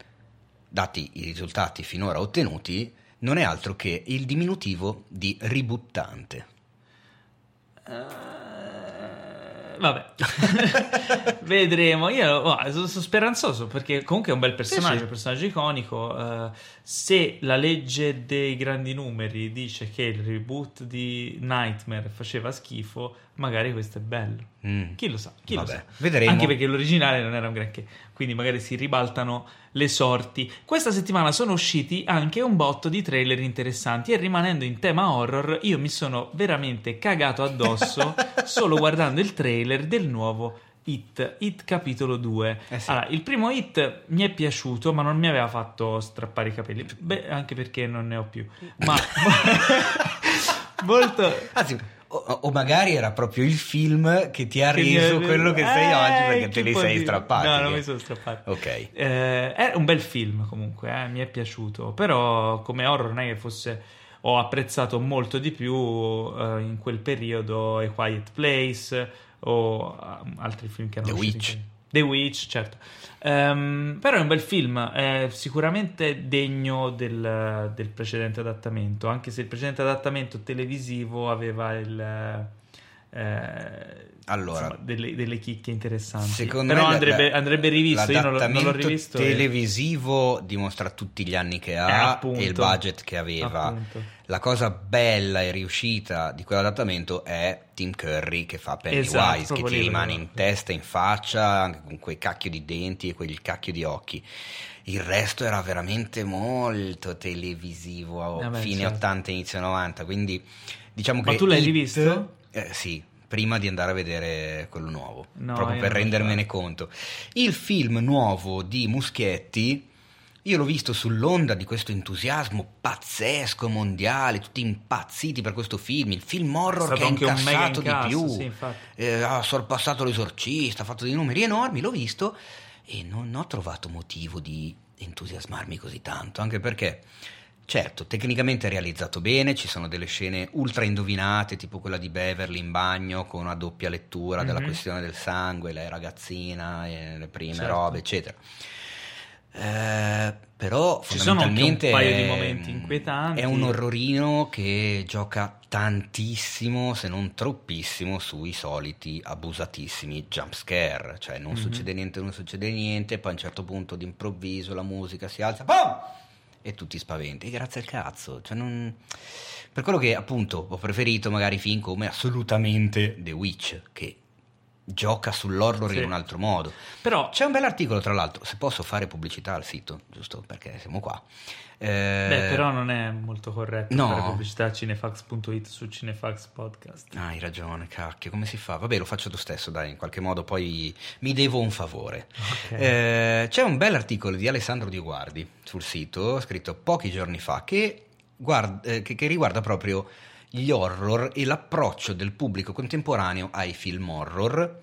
dati i risultati finora ottenuti, non è altro che il diminutivo di ributtante. Vabbè, vedremo. Io sono speranzoso perché comunque è un bel personaggio, un personaggio iconico. Se la legge dei grandi numeri dice che il reboot di Nightmare faceva schifo, magari questo è bello. Chi lo sa? Lo sa. Vedremo. Anche perché l'originale non era un granché, quindi magari si ribaltano le sorti. Questa settimana sono usciti anche un botto di trailer interessanti e rimanendo in tema horror, io mi sono veramente cagato addosso solo guardando il trailer del nuovo It capitolo 2. Sì. Allora, il primo It mi è piaciuto, ma non mi aveva fatto strappare i capelli. Beh, anche perché non ne ho più. Ma molto. Anzi, o magari era proprio il film che ti ha reso quello che sei oggi, perché te li sei strappati. No, non mi sono strappato. Ok. È un bel film comunque, mi è piaciuto, però come horror non è che fosse ho apprezzato molto di più in quel periodo A Quiet Place o altri film che hanno The Witch, certo. Però è un bel film, è sicuramente degno del precedente adattamento, anche se il precedente adattamento televisivo aveva insomma, delle chicche interessanti. Secondo però me andrebbe rivisto. Io non l'ho rivisto. Televisivo dimostra tutti gli anni che ha appunto, e il budget che aveva. Appunto. La cosa bella e riuscita di quell'adattamento è Tim Curry che fa Pennywise, esatto, che ti rimane in testa, in faccia, anche con quei cacchio di denti e quel cacchio di occhi. Il resto era veramente molto televisivo a fine certo. 80 inizio 90, quindi diciamo Ma che tu l'hai rivisto? Sì, prima di andare a vedere quello nuovo, No, proprio per rendermene conto. Il film nuovo di Muschietti io l'ho visto sull'onda di questo entusiasmo pazzesco mondiale, tutti impazziti per questo film, il film horror che ha incassato di più, sì, ha sorpassato l'Esorcista, ha fatto dei numeri enormi, l'ho visto e non ho trovato motivo di entusiasmarmi così tanto, anche perché certo, tecnicamente è realizzato bene, ci sono delle scene ultra indovinate, tipo quella di Beverly in bagno con una doppia lettura della questione del sangue, lei ragazzina, le prime robe, eccetera. Però ci sono anche un fondamentalmente paio di momenti inquietanti. È un orrorino che gioca tantissimo, se non troppissimo, sui soliti abusatissimi jump scare, cioè non succede niente, poi a un certo punto d'improvviso la musica si alza, boom! E tutti spaventi, grazie al cazzo, cioè non... Per quello che appunto ho preferito magari film come assolutamente The Witch, che gioca sull'horror in un altro modo. Però c'è un bell'articolo, tra l'altro, se posso fare pubblicità al sito, giusto perché siamo qua. Però non è molto corretto fare pubblicità a cinefax.it su Cinefax Podcast. Hai ragione, cacchio, come si fa? Vabbè, lo faccio lo stesso, dai, in qualche modo poi mi devo un favore. Okay. C'è un bell'articolo di Alessandro Di Guardi sul sito, scritto pochi giorni fa, che riguarda proprio gli horror e l'approccio del pubblico contemporaneo ai film horror,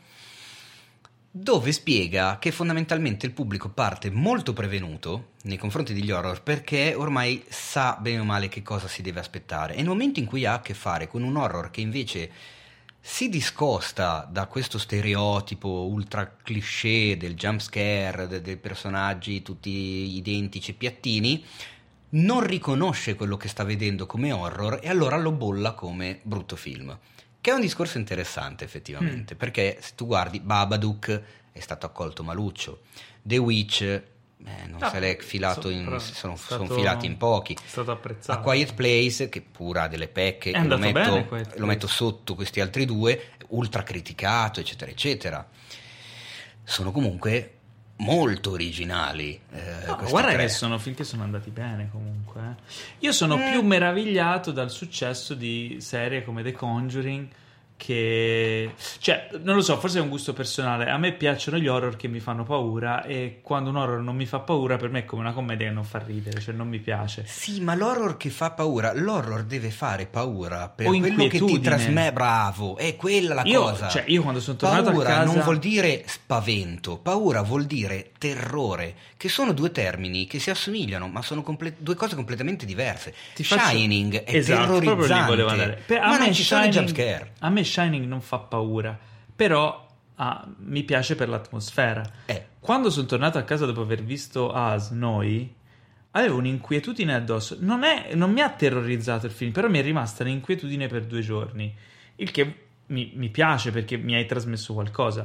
dove spiega che fondamentalmente il pubblico parte molto prevenuto nei confronti degli horror perché ormai sa bene o male che cosa si deve aspettare, e nel momento in cui ha a che fare con un horror che invece si discosta da questo stereotipo ultra cliché del jump scare, dei personaggi tutti identici e piattini, non riconosce quello che sta vedendo come horror e allora lo bolla come brutto film, che è un discorso interessante effettivamente, perché se tu guardi Babadook è stato accolto maluccio, The Witch non se l'è filato sono filati in pochi, è stato apprezzato. A Quiet Place, che pure ha delle pecche, lo metto sotto questi altri due, ultra criticato eccetera eccetera, sono comunque molto originali. Guarda che sono film che sono andati bene comunque. Io sono più meravigliato dal successo di serie come The Conjuring, che, cioè, non lo so, forse è un gusto personale. A me piacciono gli horror che mi fanno paura, e quando un horror non mi fa paura, per me è come una commedia che non fa ridere, cioè non mi piace. Sì, ma l'horror che fa paura, l'horror deve fare paura per quello che ti trasmette. Bravo, è quella la cosa. Cioè, io quando sono tornato paura a casa, non vuol dire spavento, paura vuol dire terrore, che sono due termini che si assomigliano, ma sono due cose completamente diverse. Shining è terrorizzante, ma non ci sono i jump scare. A me Shining non fa paura, però mi piace per l'atmosfera. Quando sono tornato a casa dopo aver visto Noi, avevo un'inquietudine addosso. Non mi ha terrorizzato il film, però mi è rimasta l'inquietudine per 2 giorni, il che mi piace perché mi hai trasmesso qualcosa.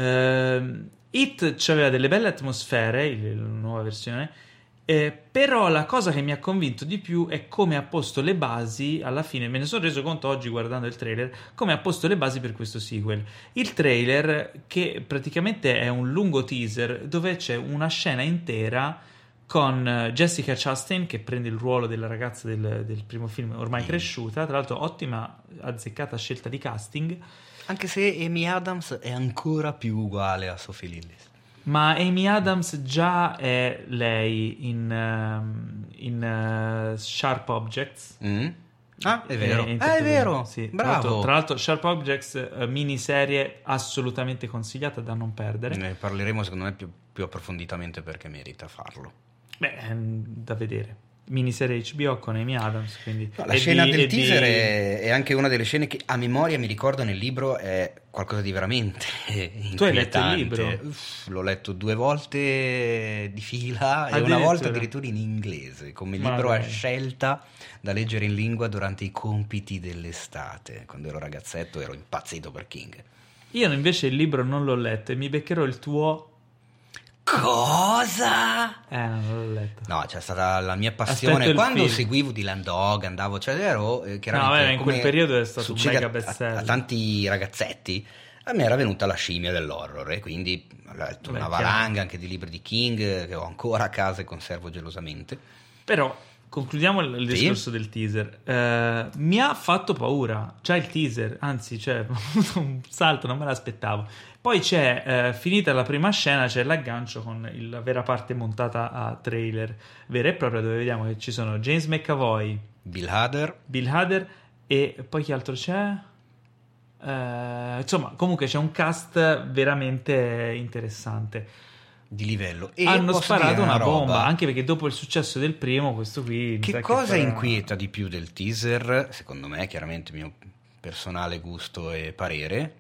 It c'aveva delle belle atmosfere, la nuova versione, però la cosa che mi ha convinto di più è come ha posto le basi. Alla fine me ne sono reso conto oggi guardando il trailer, come ha posto le basi per questo sequel. Il trailer, che praticamente è un lungo teaser dove c'è una scena intera con Jessica Chastain che prende il ruolo della ragazza del primo film, ormai cresciuta, tra l'altro ottima azzeccata scelta di casting, anche se Amy Adams è ancora più uguale a Sophie Lillis. Ma Amy Adams già è lei in Sharp Objects. Ah, è vero. È vero. Sì. Bravo. Tra l'altro Sharp Objects, miniserie assolutamente consigliata, da non perdere. Ne parleremo secondo me più approfonditamente perché merita farlo. Da vedere. miniserie HBO con Amy Adams, quindi No, la scena del teaser è anche una delle scene che a memoria mi ricordo nel libro, è qualcosa di veramente inquietante. Tu hai letto il libro? L'ho letto 2 volte di fila e una volta addirittura in inglese, come libro a scelta da leggere in lingua durante i compiti dell'estate. Quando ero ragazzetto ero impazzito per King. Io invece il libro non l'ho letto e mi beccherò il tuo. Cosa? Non l'ho letto. No, c'è stata la mia passione quando seguivo Dylan Dog, andavo, cioè ero chiaramente in quel periodo è stato un mega bestseller. A tanti ragazzetti a me era venuta la scimmia dell'horror e quindi ho letto una valanga anche di libri di King che ho ancora a casa e conservo gelosamente. Però concludiamo il discorso del teaser. Mi ha fatto paura, già il teaser, anzi c'è un salto, non me l'aspettavo. Poi c'è, finita la prima scena, c'è l'aggancio con la vera parte montata a trailer vera e propria, dove vediamo che ci sono James McAvoy, Bill Hader e poi chi altro c'è? Insomma, comunque c'è un cast veramente interessante. Di livello. E hanno sparato una bomba, anche perché dopo il successo del primo, questo qui... Che cosa inquieta di più del teaser, secondo me, chiaramente mio personale gusto e parere,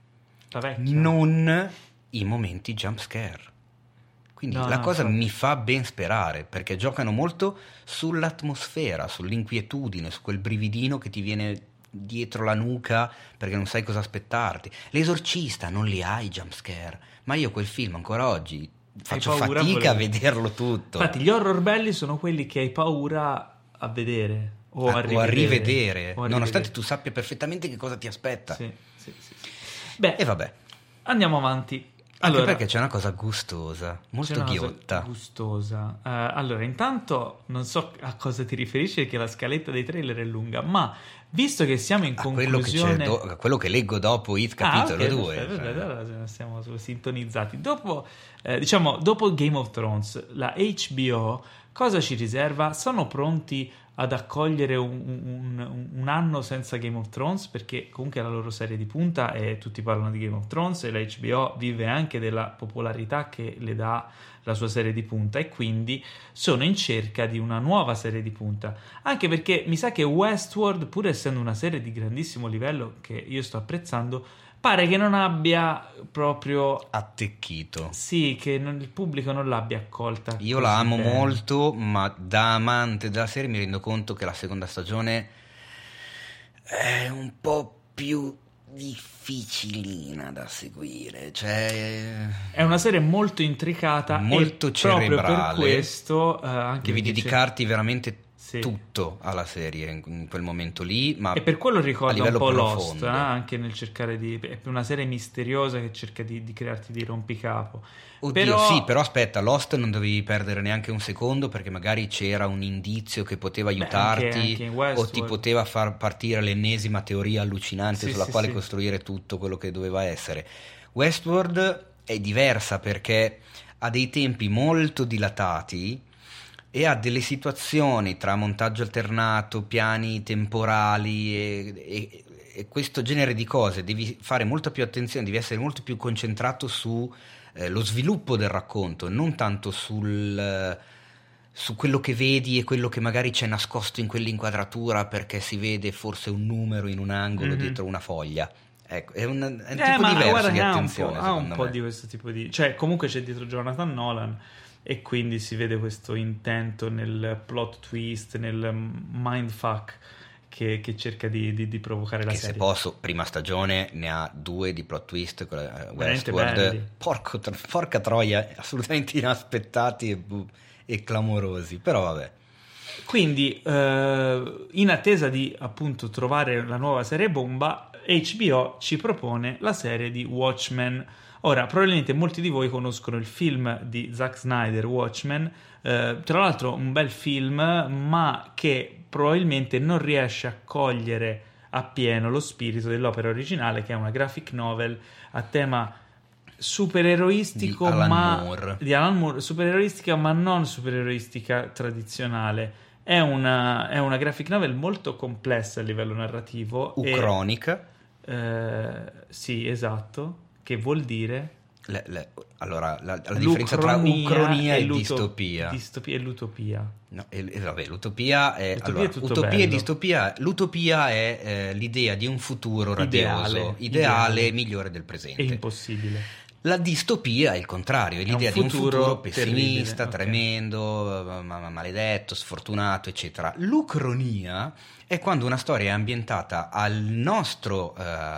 non i momenti jump scare. Quindi la cosa mi fa ben sperare, perché giocano molto sull'atmosfera, sull'inquietudine, su quel brividino che ti viene dietro la nuca perché non sai cosa aspettarti. L'Esorcista non li ha i jump scare, ma io quel film ancora oggi faccio fatica a vederlo tutto. Infatti gli horror belli sono quelli che hai paura a vedere o a rivedere, nonostante tu sappia perfettamente che cosa ti aspetta. Sì. Beh, e vabbè, andiamo avanti. Allora, anche perché c'è una cosa gustosa, molto ghiotta. Gustosa. Allora, intanto non so a cosa ti riferisci, perché la scaletta dei trailer è lunga, ma visto che siamo in conclusione... quello che leggo dopo It capitolo 2. Allora siamo sintonizzati. Dopo Game of Thrones, la HBO cosa ci riserva? Sono pronti ad accogliere un anno senza Game of Thrones, perché comunque è la loro serie di punta e tutti parlano di Game of Thrones e la HBO vive anche della popolarità che le dà la sua serie di punta, e quindi sono in cerca di una nuova serie di punta, anche perché mi sa che Westworld, pur essendo una serie di grandissimo livello che io sto apprezzando, pare che non abbia proprio attecchito. Sì, che il pubblico non l'abbia accolta. Io la amo molto, ma da amante della serie mi rendo conto che la seconda stagione è un po' più difficilina da seguire, cioè è una serie molto intricata, molto cerebrale, proprio per questo anche devi dedicarti veramente tutto alla serie in quel momento lì, ma e per quello ricorda un po' profondo. Lost, anche nel cercare è una serie misteriosa che cerca di crearti di rompicapo. Oddio, però aspetta, Lost non dovevi perdere neanche un secondo, perché magari c'era un indizio che poteva aiutarti, anche o ti poteva far partire l'ennesima teoria allucinante sulla quale costruire tutto quello che doveva essere. Westworld è diversa perché ha dei tempi molto dilatati e ha delle situazioni tra montaggio alternato, piani temporali e questo genere di cose. Devi fare molta più attenzione, devi essere molto più concentrato su lo sviluppo del racconto, non tanto su quello che vedi e quello che magari c'è nascosto in quell'inquadratura perché si vede forse un numero in un angolo dietro una foglia. Ecco, è un tipo diverso di attenzione. Ha un po' di questo tipo di... Cioè, comunque c'è dietro Jonathan Nolan e quindi si vede questo intento nel plot twist, nel mindfuck che cerca di provocare la serie. Se posso, prima stagione ne ha 2 di plot twist, Westworld, porca troia, assolutamente inaspettati e clamorosi, però vabbè. Quindi in attesa di appunto trovare la nuova serie bomba, HBO ci propone la serie di Watchmen. Ora, probabilmente molti di voi conoscono il film di Zack Snyder, Watchmen, tra l'altro un bel film, ma che probabilmente non riesce a cogliere appieno lo spirito dell'opera originale, che è una graphic novel a tema supereroistico, di Alan Moore, supereroistica ma non supereroistica tradizionale. È una graphic novel molto complessa a livello narrativo. Ucronica. Sì, esatto. Che vuol dire? Allora, la differenza tra ucronia e distopia. Distopia e l'utopia. No, vabbè, l'utopia è tutto utopia bello. e distopia. L'utopia è l'idea di un futuro radioso, ideale, migliore del presente. È impossibile. La distopia è il contrario, è l'idea di un futuro pessimista, terribile. tremendo, maledetto, sfortunato, eccetera. L'ucronia è quando una storia è ambientata al nostro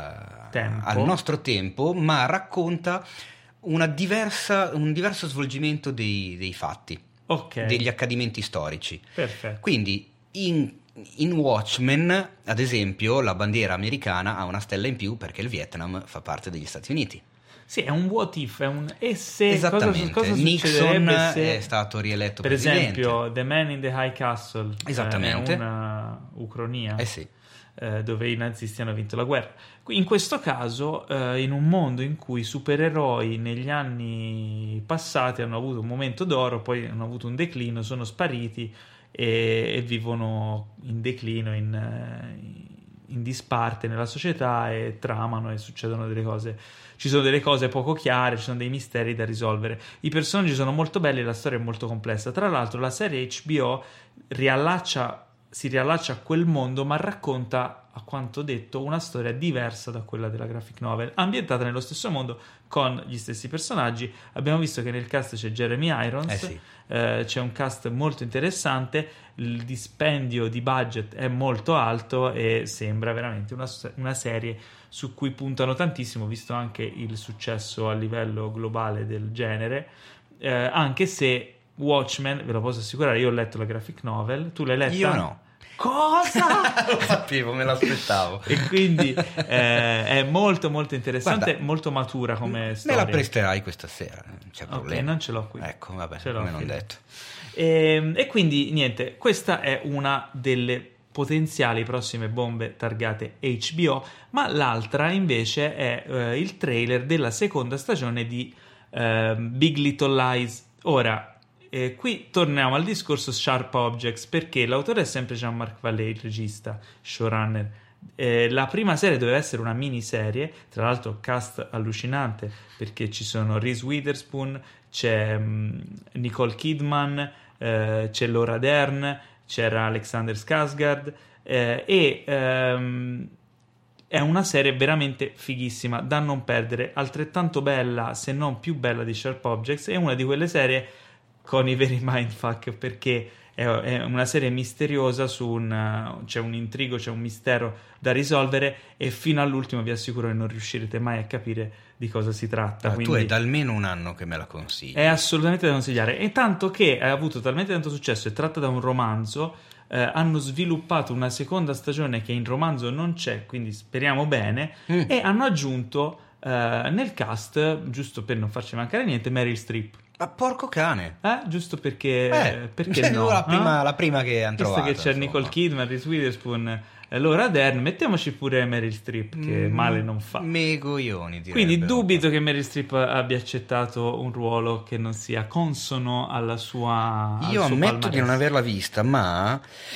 tempo, ma racconta un diverso svolgimento dei fatti, degli accadimenti storici. Perfetto. Quindi in Watchmen, ad esempio, la bandiera americana ha una stella in più perché il Vietnam fa parte degli Stati Uniti. Sì, è un what if, è un e se. Esattamente. Cosa Nixon succederebbe se, è stato rieletto per presidente. esempio, The Man in the High Castle Esattamente. è una ucronia. Sì. Dove i nazisti hanno vinto la guerra. In questo caso, in un mondo in cui i supereroi negli anni passati hanno avuto un momento d'oro, poi hanno avuto un declino, sono spariti e vivono in declino, in disparte nella società e tramano e succedono delle cose. Ci sono delle cose poco chiare, ci sono dei misteri da risolvere. I personaggi sono molto belli e la storia è molto complessa. Tra l'altro la serie HBO si riallaccia a quel mondo, ma racconta, a quanto detto, una storia diversa da quella della graphic novel, ambientata nello stesso mondo con gli stessi personaggi. Abbiamo visto che nel cast c'è Jeremy Irons, c'è un cast molto interessante, il dispendio di budget è molto alto e sembra veramente una serie su cui puntano tantissimo, visto anche il successo a livello globale del genere, anche se Watchmen, ve lo posso assicurare, io ho letto la graphic novel, tu l'hai letta? Io no. Cosa? Lo sapevo, me l'aspettavo. E quindi è molto molto interessante. Guarda, molto matura come storia. Me la presterai questa sera, non c'è problema. Ok, non ce l'ho qui. Ecco, vabbè, Ce l'ho come qui. non detto. E quindi niente, questa è una delle potenziali prossime bombe targate HBO, ma l'altra invece è il trailer della seconda stagione di Big Little Lies. Ora, qui torniamo al discorso Sharp Objects, perché l'autore è sempre Jean-Marc Vallée, il regista, showrunner. La prima serie doveva essere una miniserie, tra l'altro cast allucinante, perché ci sono Reese Witherspoon, c'è Nicole Kidman, c'è Laura Dern, c'era Alexander Skarsgård, è una serie veramente fighissima, da non perdere, altrettanto bella se non più bella di Sharp Objects. È una di quelle serie con i veri mindfuck, perché è una serie misteriosa, c'è un intrigo, c'è un mistero da risolvere e fino all'ultimo vi assicuro che non riuscirete mai a capire di cosa si tratta. Tu è da almeno un anno che me la consigli. È assolutamente da consigliare, e tanto che ha avuto talmente tanto successo, è tratta da un romanzo, hanno sviluppato una seconda stagione che in romanzo non c'è, quindi speriamo bene, e hanno aggiunto nel cast, giusto per non farci mancare niente, Meryl Streep. Ma porco cane! Giusto perché no? La prima che hanno trovato. Visto che c'è Nicole Kidman, Reese Witherspoon, Laura Dern, mettiamoci pure Meryl Streep, che male non fa. Megoglioni, quindi dubito che Meryl Streep abbia accettato un ruolo che non sia consono alla sua. Io ammetto di non averla vista, ma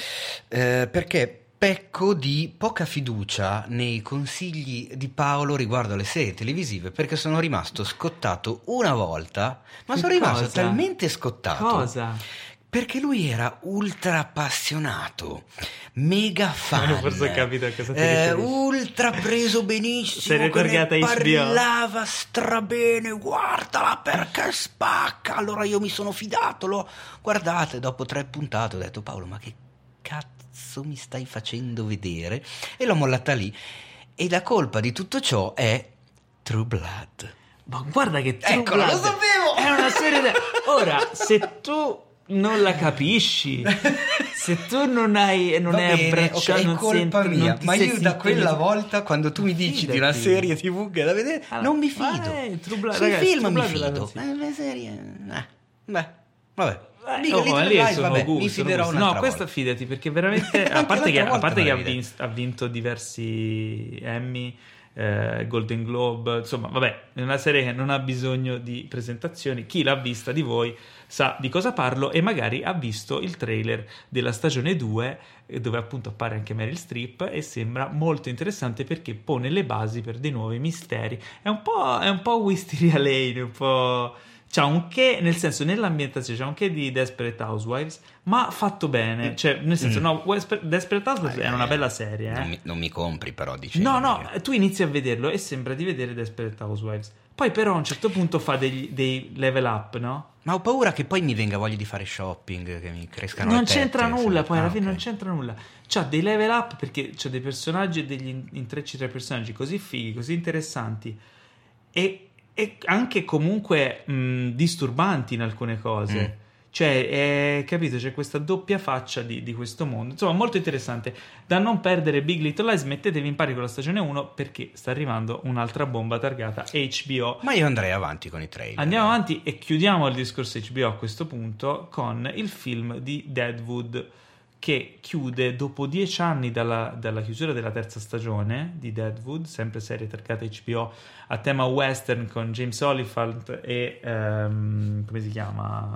perché pecco di poca fiducia nei consigli di Paolo riguardo alle serie televisive, perché sono rimasto scottato una volta, ma sono rimasto talmente scottato. Cosa? Perché lui era ultra appassionato, mega fan. Forse ho capito a cosa ti riferisci. Ultra preso benissimo, serie targata HBO. Parlava strabene, guardala perché spacca. Allora io mi sono fidato, l'ho guardata e dopo 3 puntate ho detto: Paolo, ma che cazzo mi stai facendo vedere? E l'ho mollata lì. E la colpa di tutto ciò è True Blood. Ma guarda che True Blood lo sapevo! È una serie ora, se tu non la capisci, se tu non hai abbracciato, è non colpa senti, mia, non ti ma sei io da quella sintonizzato. volta, quando tu mi dici di una serie TV che da vedere, non mi fido. True Blood, Sui ragazzi, film True mi Blood fido, le serie vabbè. Mi fiderò un'altra no, questa volta. fidati, perché veramente a parte che l'altra volta ha me la vinto diversi Emmy, Golden Globe, insomma vabbè, è una serie che non ha bisogno di presentazioni. Chi l'ha vista di voi sa di cosa parlo e magari ha visto il trailer della stagione 2 dove appunto appare anche Meryl Streep e sembra molto interessante perché pone le basi per dei nuovi misteri. È un po' Wisteria Lane, un po'... c'ha un che, nel senso, nell'ambientazione c'è un che di Desperate Housewives, ma fatto bene, cioè nel senso no, Desperate Housewives è una bella serie, non mi compri però, diciamo. No, tu inizi a vederlo e sembra di vedere Desperate Housewives, poi però a un certo punto fa dei level up, no? Ma ho paura che poi mi venga voglia di fare shopping, che mi crescano non le tette, c'entra nulla, poi alla fine ok. non c'entra nulla. C'ha dei level up perché c'ha dei personaggi e degli intrecci tra i personaggi così fighi, così interessanti e anche comunque disturbanti in alcune cose. Cioè, capito, c'è questa doppia faccia di questo mondo. Insomma, molto interessante. Da non perdere Big Little Lies, mettetevi in pari con la stagione 1 perché sta arrivando un'altra bomba targata HBO. Ma io andrei avanti con i trailer. Andiamo avanti e chiudiamo il discorso HBO a questo punto con il film di Deadwood, che chiude dopo 10 anni dalla chiusura della terza stagione di Deadwood, sempre serie targata HBO a tema western con James Oliphant e come si chiama?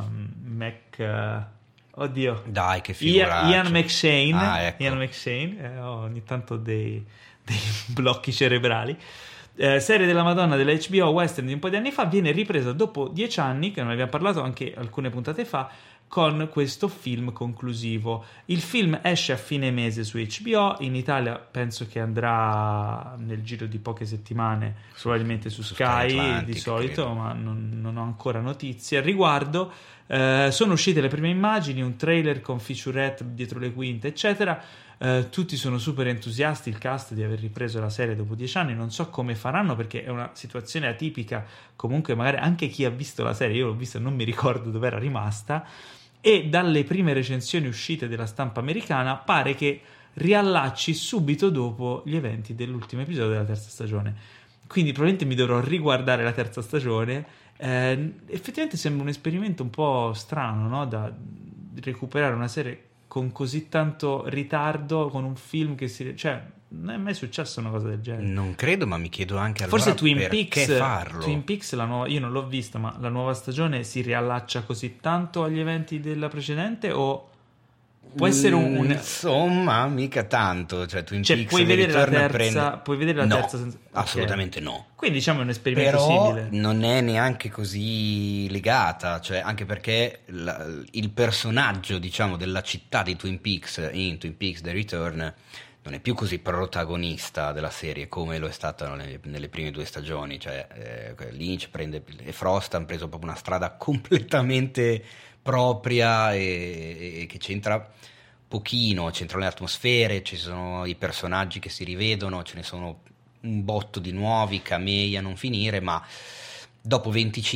Oddio. Dai, che figuraccia. Ian McShane. Ecco. Ian McShane, ho ogni tanto dei blocchi cerebrali. Serie della Madonna della HBO western di un po' di anni fa, viene ripresa dopo 10 anni, che non abbiamo parlato anche alcune puntate fa, con questo film conclusivo. Il film esce a fine mese su HBO, in Italia penso che andrà nel giro di poche settimane probabilmente su Sky Atlantic, di solito, credo. ma non ho ancora notizie al riguardo. Sono uscite le prime immagini, un trailer con featurette dietro le quinte eccetera. Tutti sono super entusiasti, il cast, di aver ripreso la serie dopo 10 anni. Non so come faranno perché è una situazione atipica, comunque magari anche chi ha visto la serie, io l'ho vista e non mi ricordo dove era rimasta, e dalle prime recensioni uscite della stampa americana pare che riallacci subito dopo gli eventi dell'ultimo episodio della terza stagione, quindi probabilmente mi dovrò riguardare la terza stagione. Effettivamente sembra un esperimento un po' strano, no? Da recuperare una serie con così tanto ritardo, con un film che cioè non è mai successo una cosa del genere. Non credo, ma mi chiedo anche allora Forse Twin perché Peaks, farlo. Twin Peaks la nuova, io non l'ho vista, ma la nuova stagione si riallaccia così tanto agli eventi della precedente o può essere insomma, mica tanto, cioè Twin cioè, Peaks puoi vedere la ritorna a terza, puoi vedere la No, terza senza... assolutamente Ok. no. Quindi diciamo è un esperimento Però simile. non è neanche così legata, cioè anche perché il personaggio, diciamo, della città di Twin Peaks in Twin Peaks The Return non è più così protagonista della serie come lo è stato nelle prime 2 stagioni, cioè Lynch e Frost hanno preso proprio una strada completamente propria e che c'entra pochino, c'entrano le atmosfere, ci sono i personaggi che si rivedono, ce ne sono un botto di nuovi camei a non finire, ma dopo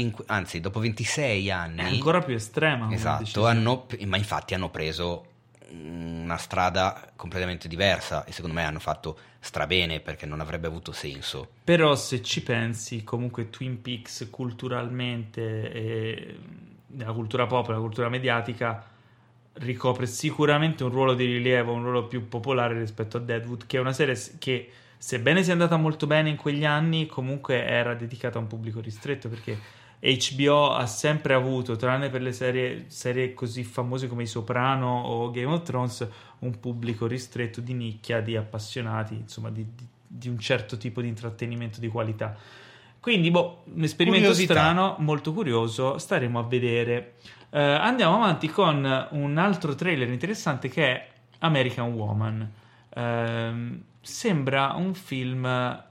26 anni È ancora più estrema come esatto, decisione. ma infatti hanno preso una strada completamente diversa e secondo me hanno fatto strabene perché non avrebbe avuto senso. Però se ci pensi, comunque Twin Peaks culturalmente e nella cultura pop, nella cultura mediatica ricopre sicuramente un ruolo di rilievo, un ruolo più popolare rispetto a Deadwood, che è una serie che sebbene sia andata molto bene in quegli anni, comunque era dedicata a un pubblico ristretto perché HBO ha sempre avuto, tranne per le serie così famose come I Soprano o Game of Thrones, un pubblico ristretto di nicchia, di appassionati, insomma di un certo tipo di intrattenimento di qualità. Quindi un esperimento Curiosità. strano, molto curioso, staremo a vedere. Andiamo avanti con un altro trailer interessante che è American Woman. Sembra un film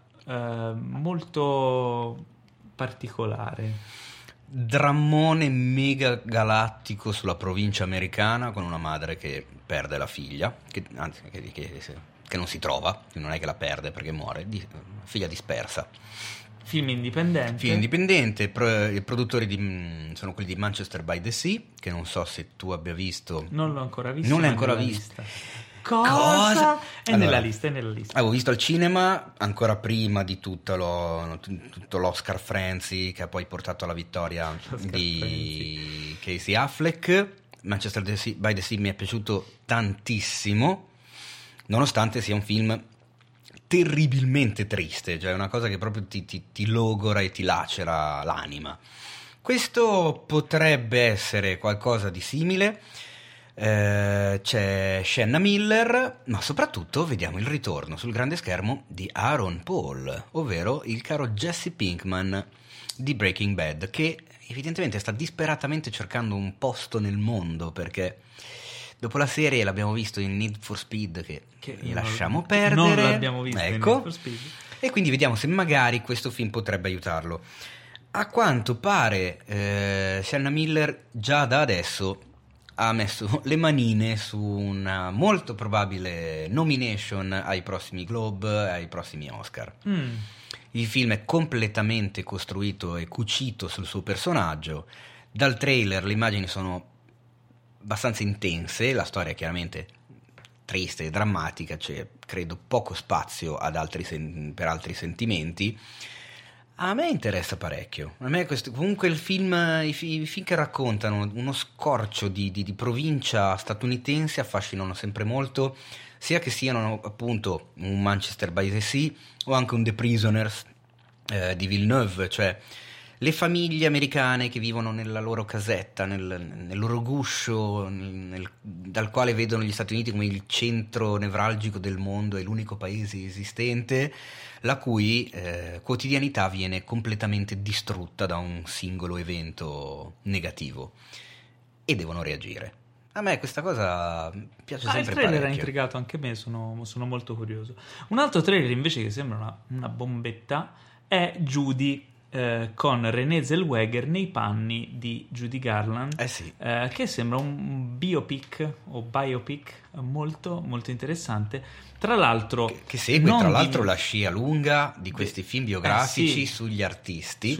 molto particolare. Drammone mega galattico sulla provincia americana con una madre che perde la figlia, che non si trova, non è che la perde perché muore, figlia dispersa. Film indipendente. I produttori sono quelli di Manchester by the Sea, che non so se tu abbia visto. Non l'ho ancora visto. Non l'hai ma è ancora nella visto. lista. Cosa? È Allora, nella lista. Avevo visto al cinema ancora prima di tutto l'Oscar Frenzy che ha poi portato alla vittoria di Casey Affleck. Manchester by the Sea mi è piaciuto tantissimo, nonostante sia un film terribilmente triste, cioè una cosa che proprio ti logora e ti lacera l'anima. Questo potrebbe essere qualcosa di simile. C'è Sienna Miller, ma soprattutto vediamo il ritorno sul grande schermo di Aaron Paul, ovvero il caro Jesse Pinkman di Breaking Bad, che evidentemente sta disperatamente cercando un posto nel mondo, perché dopo la serie l'abbiamo visto in Need for Speed, che lasciamo perdere, non l'abbiamo visto, ecco, in Need for Speed. E quindi vediamo se magari questo film potrebbe aiutarlo. A quanto pare Sienna Miller già da adesso ha messo le manine su una molto probabile nomination ai prossimi Globe, ai prossimi Oscar. Il film è completamente costruito e cucito sul suo personaggio. Dal trailer le immagini sono abbastanza intense, la storia è chiaramente triste e drammatica, c'è credo poco spazio per altri sentimenti. A me interessa parecchio. A me comunque i film che raccontano uno scorcio di provincia statunitense affascinano sempre molto, sia che siano appunto un Manchester by the Sea o anche un The Prisoners di Villeneuve, cioè le famiglie americane che vivono nella loro casetta, nel loro guscio, dal quale vedono gli Stati Uniti come il centro nevralgico del mondo e l'unico paese esistente, la cui quotidianità viene completamente distrutta da un singolo evento negativo e devono reagire. A me questa cosa piace sempre il trailer parecchio. ha intrigato anche me, sono molto curioso. Un altro trailer invece che sembra una bombetta è Judy, con Renée Zellweger nei panni di Judy Garland, Sì. Che sembra un biopic molto molto interessante. Tra l'altro che segue tra l'altro la scia lunga di questi film biografici sugli artisti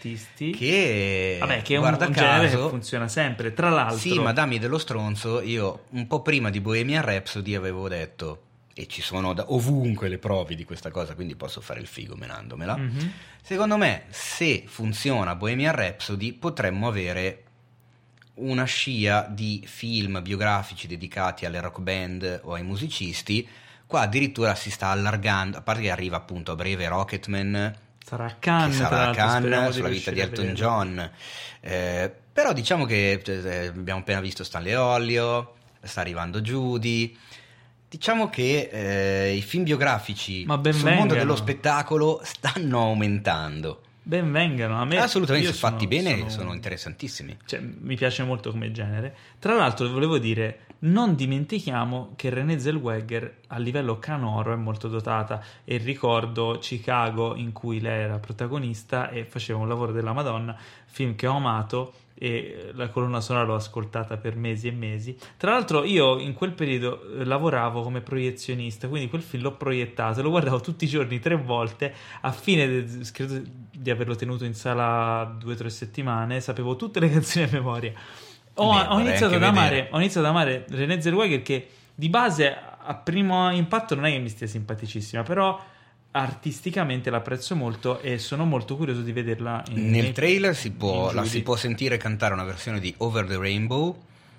che è guarda un caso genere che funziona sempre. Tra l'altro, sì, ma dammi dello stronzo, io un po' prima di Bohemian Rhapsody avevo detto, e ci sono ovunque le prove di questa cosa, quindi posso fare il figo menandomela. Secondo me, se funziona Bohemian Rhapsody, potremmo avere una scia di film biografici dedicati alle rock band o ai musicisti. Qua addirittura si sta allargando, a parte che arriva appunto a breve Rocketman, sarà a Cannes sulla vita di Elton John, però diciamo che abbiamo appena visto Stanley Olio, sta arrivando Judy. Diciamo che i film biografici sul mondo dello spettacolo stanno aumentando. Ben vengano, a me assolutamente, fatti bene, sono interessantissimi. Cioè, mi piace molto come genere. Tra l'altro volevo dire, non dimentichiamo che Renée Zellweger a livello canoro è molto dotata, e ricordo Chicago in cui lei era protagonista e faceva un lavoro della Madonna, film che ho amato, e la colonna sonora l'ho ascoltata per mesi e mesi. Tra l'altro io in quel periodo lavoravo come proiezionista, quindi quel film l'ho proiettato e lo guardavo tutti i giorni 3 volte. A fine credo di averlo tenuto in sala 2 o 3 settimane, sapevo tutte le canzoni a memoria. Ho iniziato ad amare Renée Zellweger, che di base a primo impatto non è che mi stia simpaticissima, però artisticamente l'apprezzo molto e sono molto curioso di vederla nel trailer. Si può sentire cantare una versione di Over the Rainbow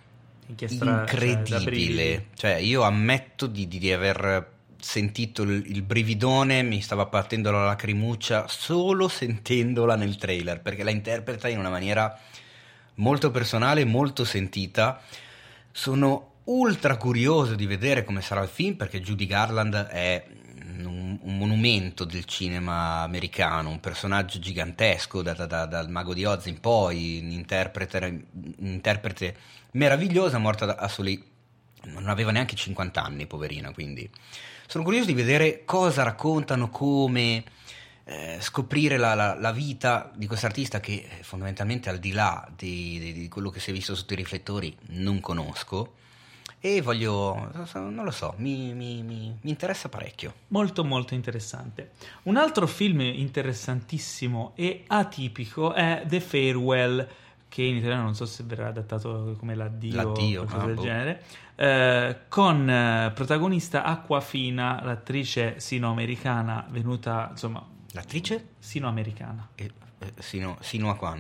incredibile, cioè io ammetto di aver sentito il brividone, mi stava partendo la lacrimuccia solo sentendola nel trailer, perché la interpreta in una maniera molto personale, molto sentita. Sono ultra curioso di vedere come sarà il film, perché Judy Garland è un monumento del cinema americano, un personaggio gigantesco dal Mago di Oz in poi, un'interprete meravigliosa, morta a soli, non aveva neanche 50 anni, poverina, quindi sono curioso di vedere cosa raccontano, come scoprire la vita di quest'artista che fondamentalmente, al di là di quello che si è visto sotto i riflettori, non conosco. E non lo so, mi interessa parecchio. Molto molto interessante. Un altro film interessantissimo e atipico è The Farewell, che in italiano non so se verrà adattato come L'addio o qualcosa del genere, con protagonista Awkwafina, l'attrice sino-americana venuta, insomma... L'attrice? Sino-americana. Sino a quando?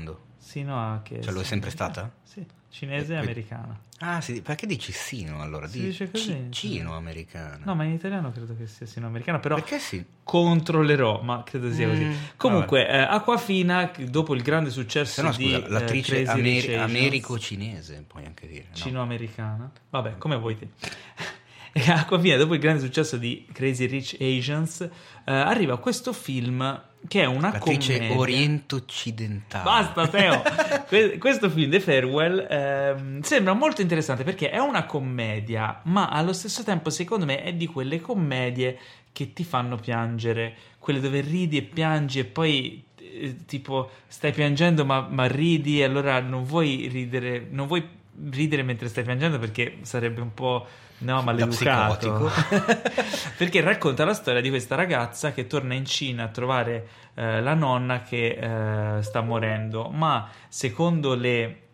Sinoa che... Cioè lo è sempre stata? Sì, cinese e americana. Ah, sì, perché dici sino allora? Si dice così. Cino-americana. No, ma in italiano credo che sia sino-americana, però Perché sì? controllerò, ma credo sia così. Comunque, Aquafina, dopo il grande successo Se no, scusa, di l'attrice Crazy Rich Asians, americo-cinese, puoi anche dire. No? Cino-americana. Vabbè, come vuoi te. Aquafina, dopo il grande successo di Crazy Rich Asians, arriva questo film che è una L'attrice commedia. oriento-occidentale. Basta, Teo. Questo film, The Farewell, sembra molto interessante perché è una commedia, ma allo stesso tempo, secondo me, è di quelle commedie che ti fanno piangere, quelle dove ridi e piangi e poi tipo stai piangendo ma ridi e allora non vuoi ridere mentre stai piangendo perché sarebbe un po'... No, maleducato. Perché racconta la storia di questa ragazza che torna in Cina a trovare la nonna che sta morendo, ma secondo le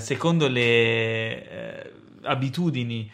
abitudini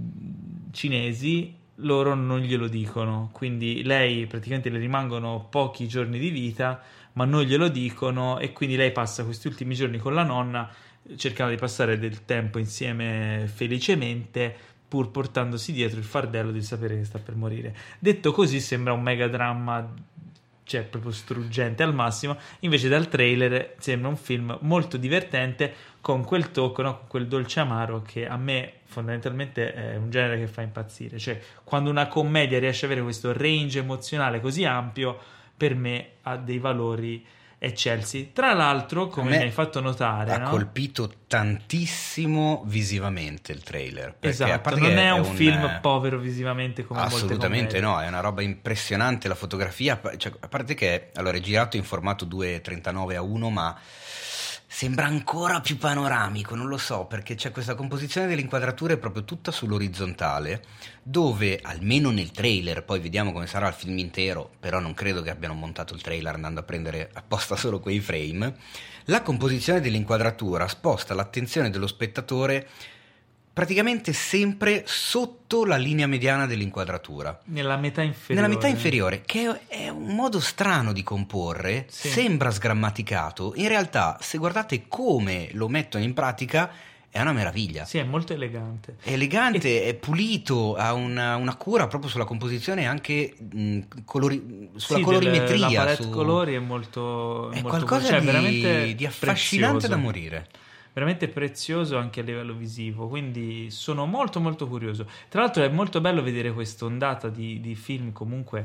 cinesi loro non glielo dicono, quindi lei praticamente le rimangono pochi giorni di vita, ma non glielo dicono e quindi lei passa questi ultimi giorni con la nonna cercando di passare del tempo insieme felicemente, pur portandosi dietro il fardello di sapere che sta per morire. Detto così sembra un mega dramma, cioè proprio struggente al massimo, invece dal trailer sembra un film molto divertente con quel tocco, no? Con quel dolce amaro che a me fondamentalmente è un genere che fa impazzire, cioè quando una commedia riesce ad avere questo range emozionale così ampio, per me ha dei valori eccelsi. Tra l'altro, come mi hai fatto notare, ha colpito tantissimo visivamente il trailer, perché esatto, a parte non che è un film povero visivamente come assolutamente molte no, è una roba impressionante la fotografia, cioè, a parte che allora è girato in formato 2:39:1, ma sembra ancora più panoramico, non lo so, perché c'è questa composizione delle inquadrature proprio tutta sull'orizzontale, dove almeno nel trailer, poi vediamo come sarà il film intero, però non credo che abbiano montato il trailer andando a prendere apposta solo quei frame, la composizione dell'inquadratura sposta l'attenzione dello spettatore praticamente sempre sotto la linea mediana dell'inquadratura. Nella metà inferiore, che è un modo strano di comporre, sì. Sembra sgrammaticato, in realtà se guardate come lo mettono in pratica è una meraviglia. Sì, è molto elegante. È elegante, è pulito, ha una cura proprio sulla composizione, anche sulla colorimetria. La palette colori è molto... È molto qualcosa cioè, veramente di affascinante prezioso. da morire. Veramente prezioso anche a livello visivo, quindi sono molto molto curioso. Tra l'altro è molto bello vedere questa ondata di film comunque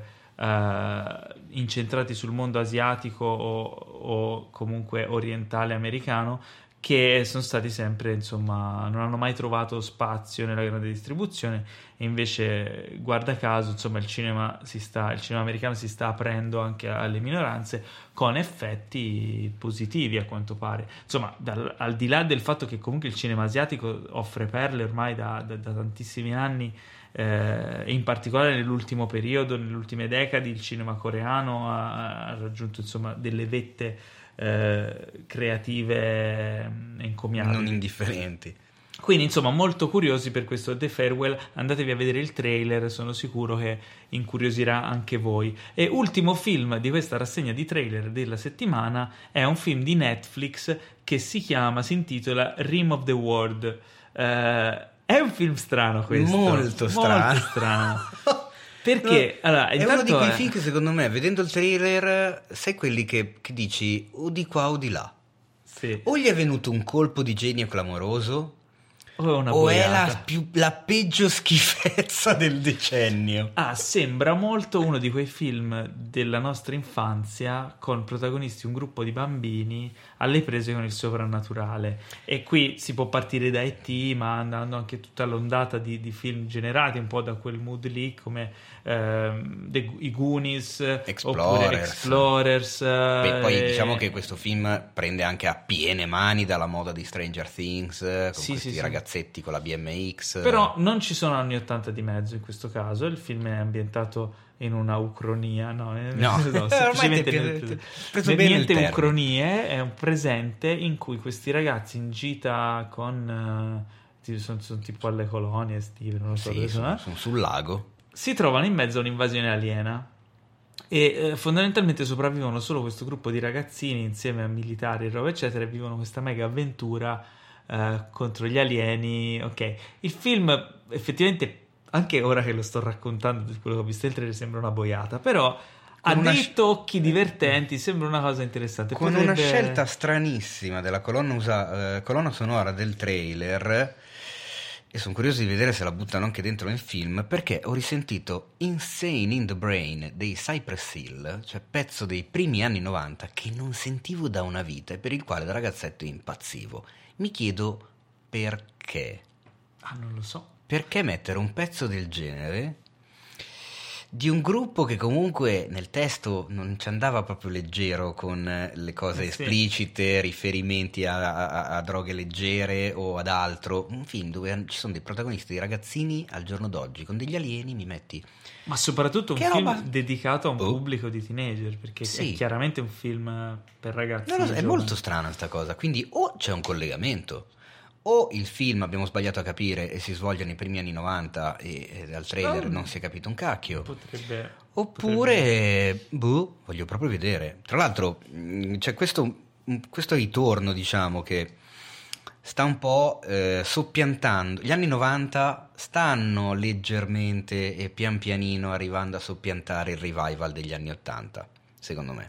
incentrati sul mondo asiatico o comunque orientale americano, che sono stati sempre, insomma, non hanno mai trovato spazio nella grande distribuzione, e invece, guarda caso, insomma, il cinema americano si sta aprendo anche alle minoranze con effetti positivi, a quanto pare. Insomma, al di là del fatto che comunque il cinema asiatico offre perle ormai da tantissimi anni, in particolare nell'ultimo periodo, nelle ultime decadi, il cinema coreano ha raggiunto, insomma, delle vette creative encomiabili, non indifferenti. Quindi, insomma, molto curiosi per questo The Farewell. Andatevi a vedere il trailer, sono sicuro che incuriosirà anche voi. E ultimo film di questa rassegna di trailer della settimana è un film di Netflix che si intitola Rim of the World. È un film strano questo, molto strano. Perché allora, è uno di quei film che secondo me, vedendo il trailer, sai quelli che dici o di qua o di là, sì. O gli è venuto un colpo di genio clamoroso, o è la peggio schifezza del decennio. Sembra molto uno di quei film della nostra infanzia con protagonisti un gruppo di bambini alle prese con il soprannaturale, e qui si può partire da E.T., ma andando anche tutta l'ondata di film generati un po' da quel mood lì, come i Goonies, oppure Explorers. Poi diciamo che questo film prende anche a piene mani dalla moda di Stranger Things, con questi ragazzetti con la BMX. Però non ci sono anni 80 di mezzo in questo caso, il film è ambientato in una ucronia, no semplicemente niente ucronie, è un presente in cui questi ragazzi in gita con sono tipo alle colonie estive, non lo so, sono sul lago, si trovano in mezzo a un'invasione aliena E fondamentalmente sopravvivono solo questo gruppo di ragazzini insieme a militari, roba eccetera, e vivono questa mega avventura contro gli alieni. Ok, il film effettivamente, anche ora che lo sto raccontando di quello che ho visto il trailer, sembra una boiata, però ha dei tocchi divertenti, sembra una cosa interessante. Con una scelta stranissima della colonna sonora del trailer, e sono curioso di vedere se la buttano anche dentro nel film, perché ho risentito Insane in the Brain dei Cypress Hill, cioè pezzo dei primi anni 90 che non sentivo da una vita e per il quale da ragazzetto impazzivo. Mi chiedo perché. Non lo so. Perché mettere un pezzo del genere di un gruppo che comunque nel testo non ci andava proprio leggero con le cose esplicite, riferimenti a droghe leggere o ad altro, un film dove ci sono dei protagonisti, dei ragazzini al giorno d'oggi con degli alieni, mi metti... Ma soprattutto un che film roba... dedicato a un pubblico di teenager, perché è chiaramente un film per ragazzi. No, è molto strana sta cosa, quindi o c'è un collegamento, o il film abbiamo sbagliato a capire e si svolge nei primi anni 90 e dal trailer non si è capito un cacchio. Oppure voglio proprio vedere. Tra l'altro c'è questo ritorno, diciamo, che sta un po' soppiantando. Gli anni 90 stanno leggermente e pian pianino arrivando a soppiantare il revival degli anni 80, secondo me.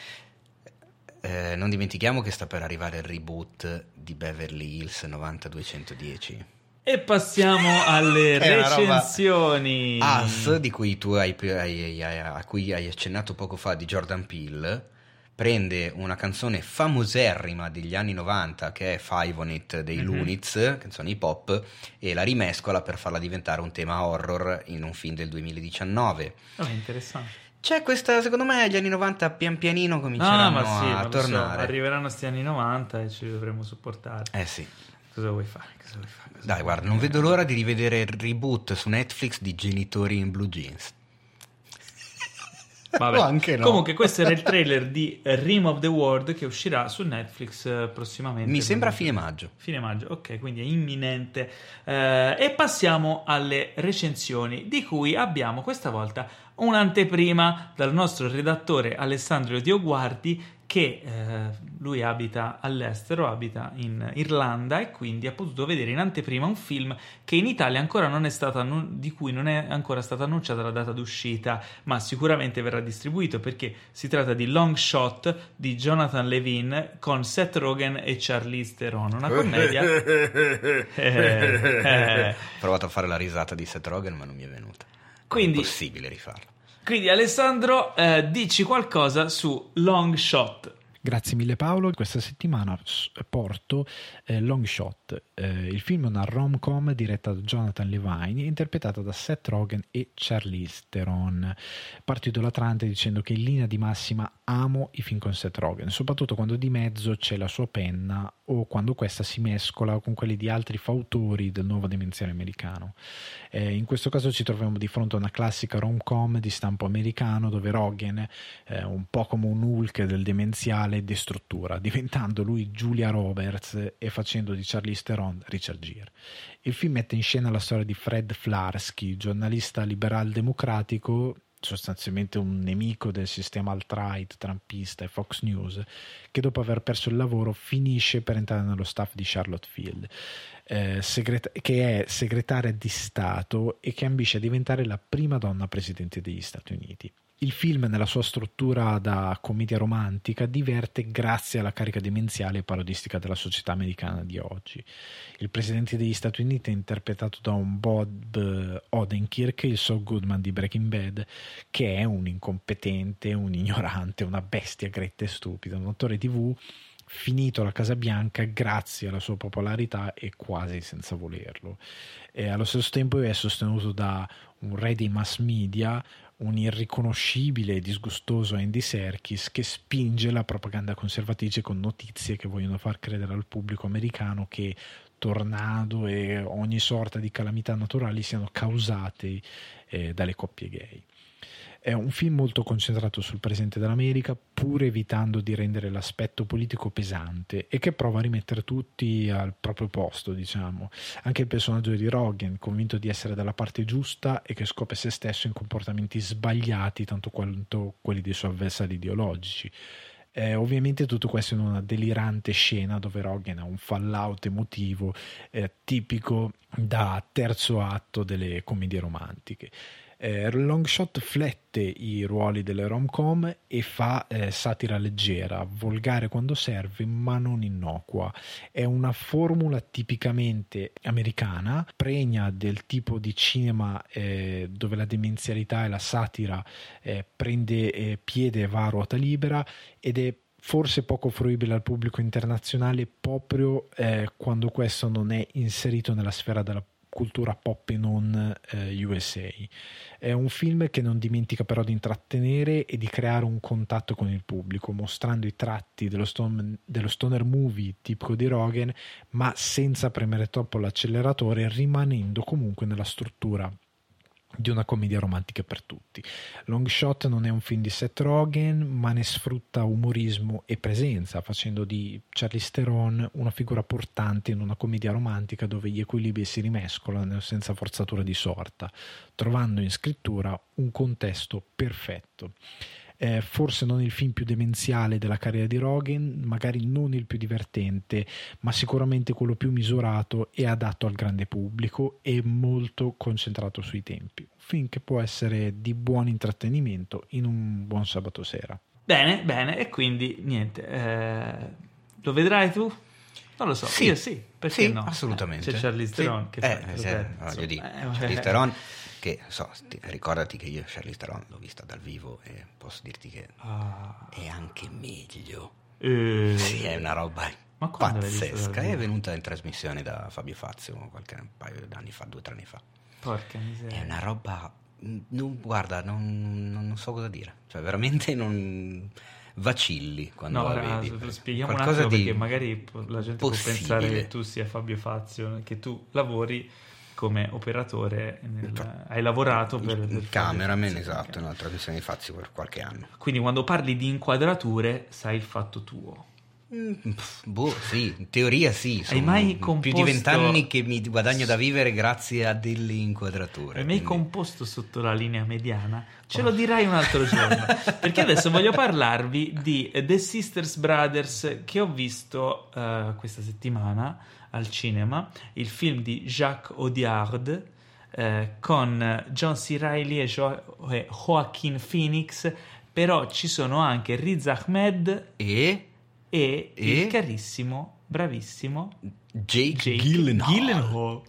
Non dimentichiamo che sta per arrivare il reboot di Beverly Hills 90210. E passiamo alle recensioni. Us, di cui tu a cui hai accennato poco fa, di Jordan Peele, prende una canzone famoserrima degli anni 90 che è Five on It dei Loonits, canzone hip hop, e la rimescola per farla diventare un tema horror in un film del 2019. Interessante. C'è questa, secondo me, gli anni 90 pian pianino cominceranno a tornare. Arriveranno sti anni 90 e ci dovremo sopportare. Sì. Cosa vuoi fare? Dai, guarda, non vedo l'ora di rivedere il reboot su Netflix di Genitori in Blue Jeans. Vabbè. Anche no. Comunque questo era il trailer di Rim of the World che uscirà su Netflix prossimamente. Mi sembra fine maggio. Fine maggio, ok, quindi è imminente. E passiamo alle recensioni, di cui abbiamo questa volta un'anteprima dal nostro redattore Alessandro Dioguardi, che lui abita all'estero, abita in Irlanda, e quindi ha potuto vedere in anteprima un film che in Italia ancora non è stata di cui non è ancora stata annunciata la data d'uscita, ma sicuramente verrà distribuito, perché si tratta di Long Shot di Jonathan Levin con Seth Rogen e Charlize Theron, una commedia. Ho provato a fare la risata di Seth Rogen ma non mi è venuta. Quindi è impossibile rifarla. Quindi Alessandro, dici qualcosa su Long Shot. Grazie mille Paolo, questa settimana porto Long Shot, il film è una rom-com diretta da Jonathan Levine interpretata da Seth Rogen e Charlize Theron. Parto idolatrante dicendo che in linea di massima amo i film con Seth Rogen, soprattutto quando di mezzo c'è la sua penna o quando questa si mescola con quelli di altri fautori del nuovo demenziale americano. In questo caso ci troviamo di fronte a una classica rom-com di stampo americano dove Rogen, un po' come un Hulk del demenziale, destruttura, diventando lui Julia Roberts e facendo di Charlize Theron Richard Gere. Il film mette in scena la storia di Fred Flarsky, giornalista liberal-democratico, sostanzialmente un nemico del sistema alt-right, trumpista e Fox News, che dopo aver perso il lavoro finisce per entrare nello staff di Charlotte Field, che è segretaria di Stato e che ambisce a diventare la prima donna presidente degli Stati Uniti. Il film, nella sua struttura da commedia romantica, diverte grazie alla carica demenziale e parodistica della società americana di oggi. Il presidente degli Stati Uniti è interpretato da un Bob Odenkirk, il Saul Goodman di Breaking Bad, che è un incompetente, un ignorante, una bestia gretta e stupida, un attore TV finito alla Casa Bianca grazie alla sua popolarità e quasi senza volerlo. Allo stesso tempo è sostenuto da un re dei mass media, un irriconoscibile e disgustoso Andy Serkis che spinge la propaganda conservatrice con notizie che vogliono far credere al pubblico americano che tornado e ogni sorta di calamità naturali siano causate dalle coppie gay. È un film molto concentrato sul presente dell'America, pur evitando di rendere l'aspetto politico pesante, e che prova a rimettere tutti al proprio posto, diciamo. Anche il personaggio di Rogen, convinto di essere dalla parte giusta e che scopre se stesso in comportamenti sbagliati tanto quanto quelli dei suoi avversari ideologici. Ovviamente tutto questo in una delirante scena dove Rogen ha un fallout emotivo tipico da terzo atto delle commedie romantiche. Longshot flette i ruoli delle rom-com e fa satira leggera, volgare quando serve ma non innocua. È una formula tipicamente americana, pregna del tipo di cinema dove la demenzialità e la satira prende piede e va a ruota libera, ed è forse poco fruibile al pubblico internazionale proprio quando questo non è inserito nella sfera della cultura pop e non USA. È un film che non dimentica però di intrattenere e di creare un contatto con il pubblico, mostrando i tratti dello stoner movie tipico di Rogen, ma senza premere troppo l'acceleratore, rimanendo comunque nella struttura di una commedia romantica per tutti. Longshot non è un film di Seth Rogen, ma ne sfrutta umorismo e presenza, facendo di Charlize Theron una figura portante in una commedia romantica dove gli equilibri si rimescolano senza forzatura di sorta, trovando in scrittura un contesto perfetto. Forse non il film più demenziale della carriera di Rogen, magari non il più divertente, ma sicuramente quello più misurato e adatto al grande pubblico e molto concentrato sui tempi. Un film che può essere di buon intrattenimento in un buon sabato sera. Bene, e quindi niente, lo vedrai tu? Non lo so, sì. Io sì, perché sì, no? assolutamente. C'è Charlize Theron che fa voglio dire, Charlize Theron, che ricordati che io Charlize Theron l'ho vista dal vivo e posso dirti che è anche meglio. Sì, è una roba pazzesca. È venuta in trasmissione da Fabio Fazio un paio d'anni fa, 2 o 3 anni fa. Porca miseria. È una roba, guarda, non so cosa dire, cioè veramente non vacilli quando la vedi. Spieghiamo un attimo, perché magari la gente può pensare che tu sia Fabio Fazio, che tu lavori come operatore, hai lavorato per cameraman, esatto, nella trasmissione di Fazio per qualche anno. Quindi quando parli di inquadrature sai il fatto tuo. Sì, in teoria sì. Hai mai composto... più di 20 anni che mi guadagno da vivere grazie a delle inquadrature. Hai mai composto sotto la linea mediana? Ce lo dirai un altro giorno, perché adesso voglio parlarvi di The Sisters Brothers, che ho visto questa settimana al cinema, il film di Jacques Audiard con John C. Reilly e Joaquin Phoenix, però ci sono anche Riz Ahmed e il carissimo, bravissimo Jake Gyllenhaal.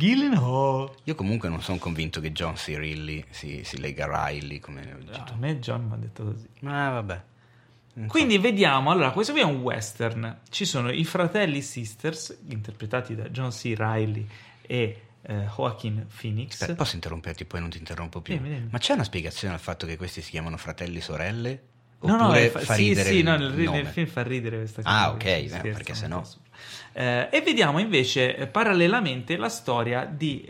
Io comunque non sono convinto che John C. Reilly si lega a Riley come a me John mi ha detto così. Vabbè. Quindi vediamo, allora, questo qui è un western. Ci sono i fratelli Sisters, interpretati da John C. Reilly e Joaquin Phoenix. Aspetta, posso interromperti, poi non ti interrompo più. Dimmi. Ma c'è una spiegazione al fatto che questi si chiamano fratelli sorelle? No, fa ridere sì, nel film fa ridere questa cosa. Ok, perché sennò. E vediamo invece parallelamente la storia di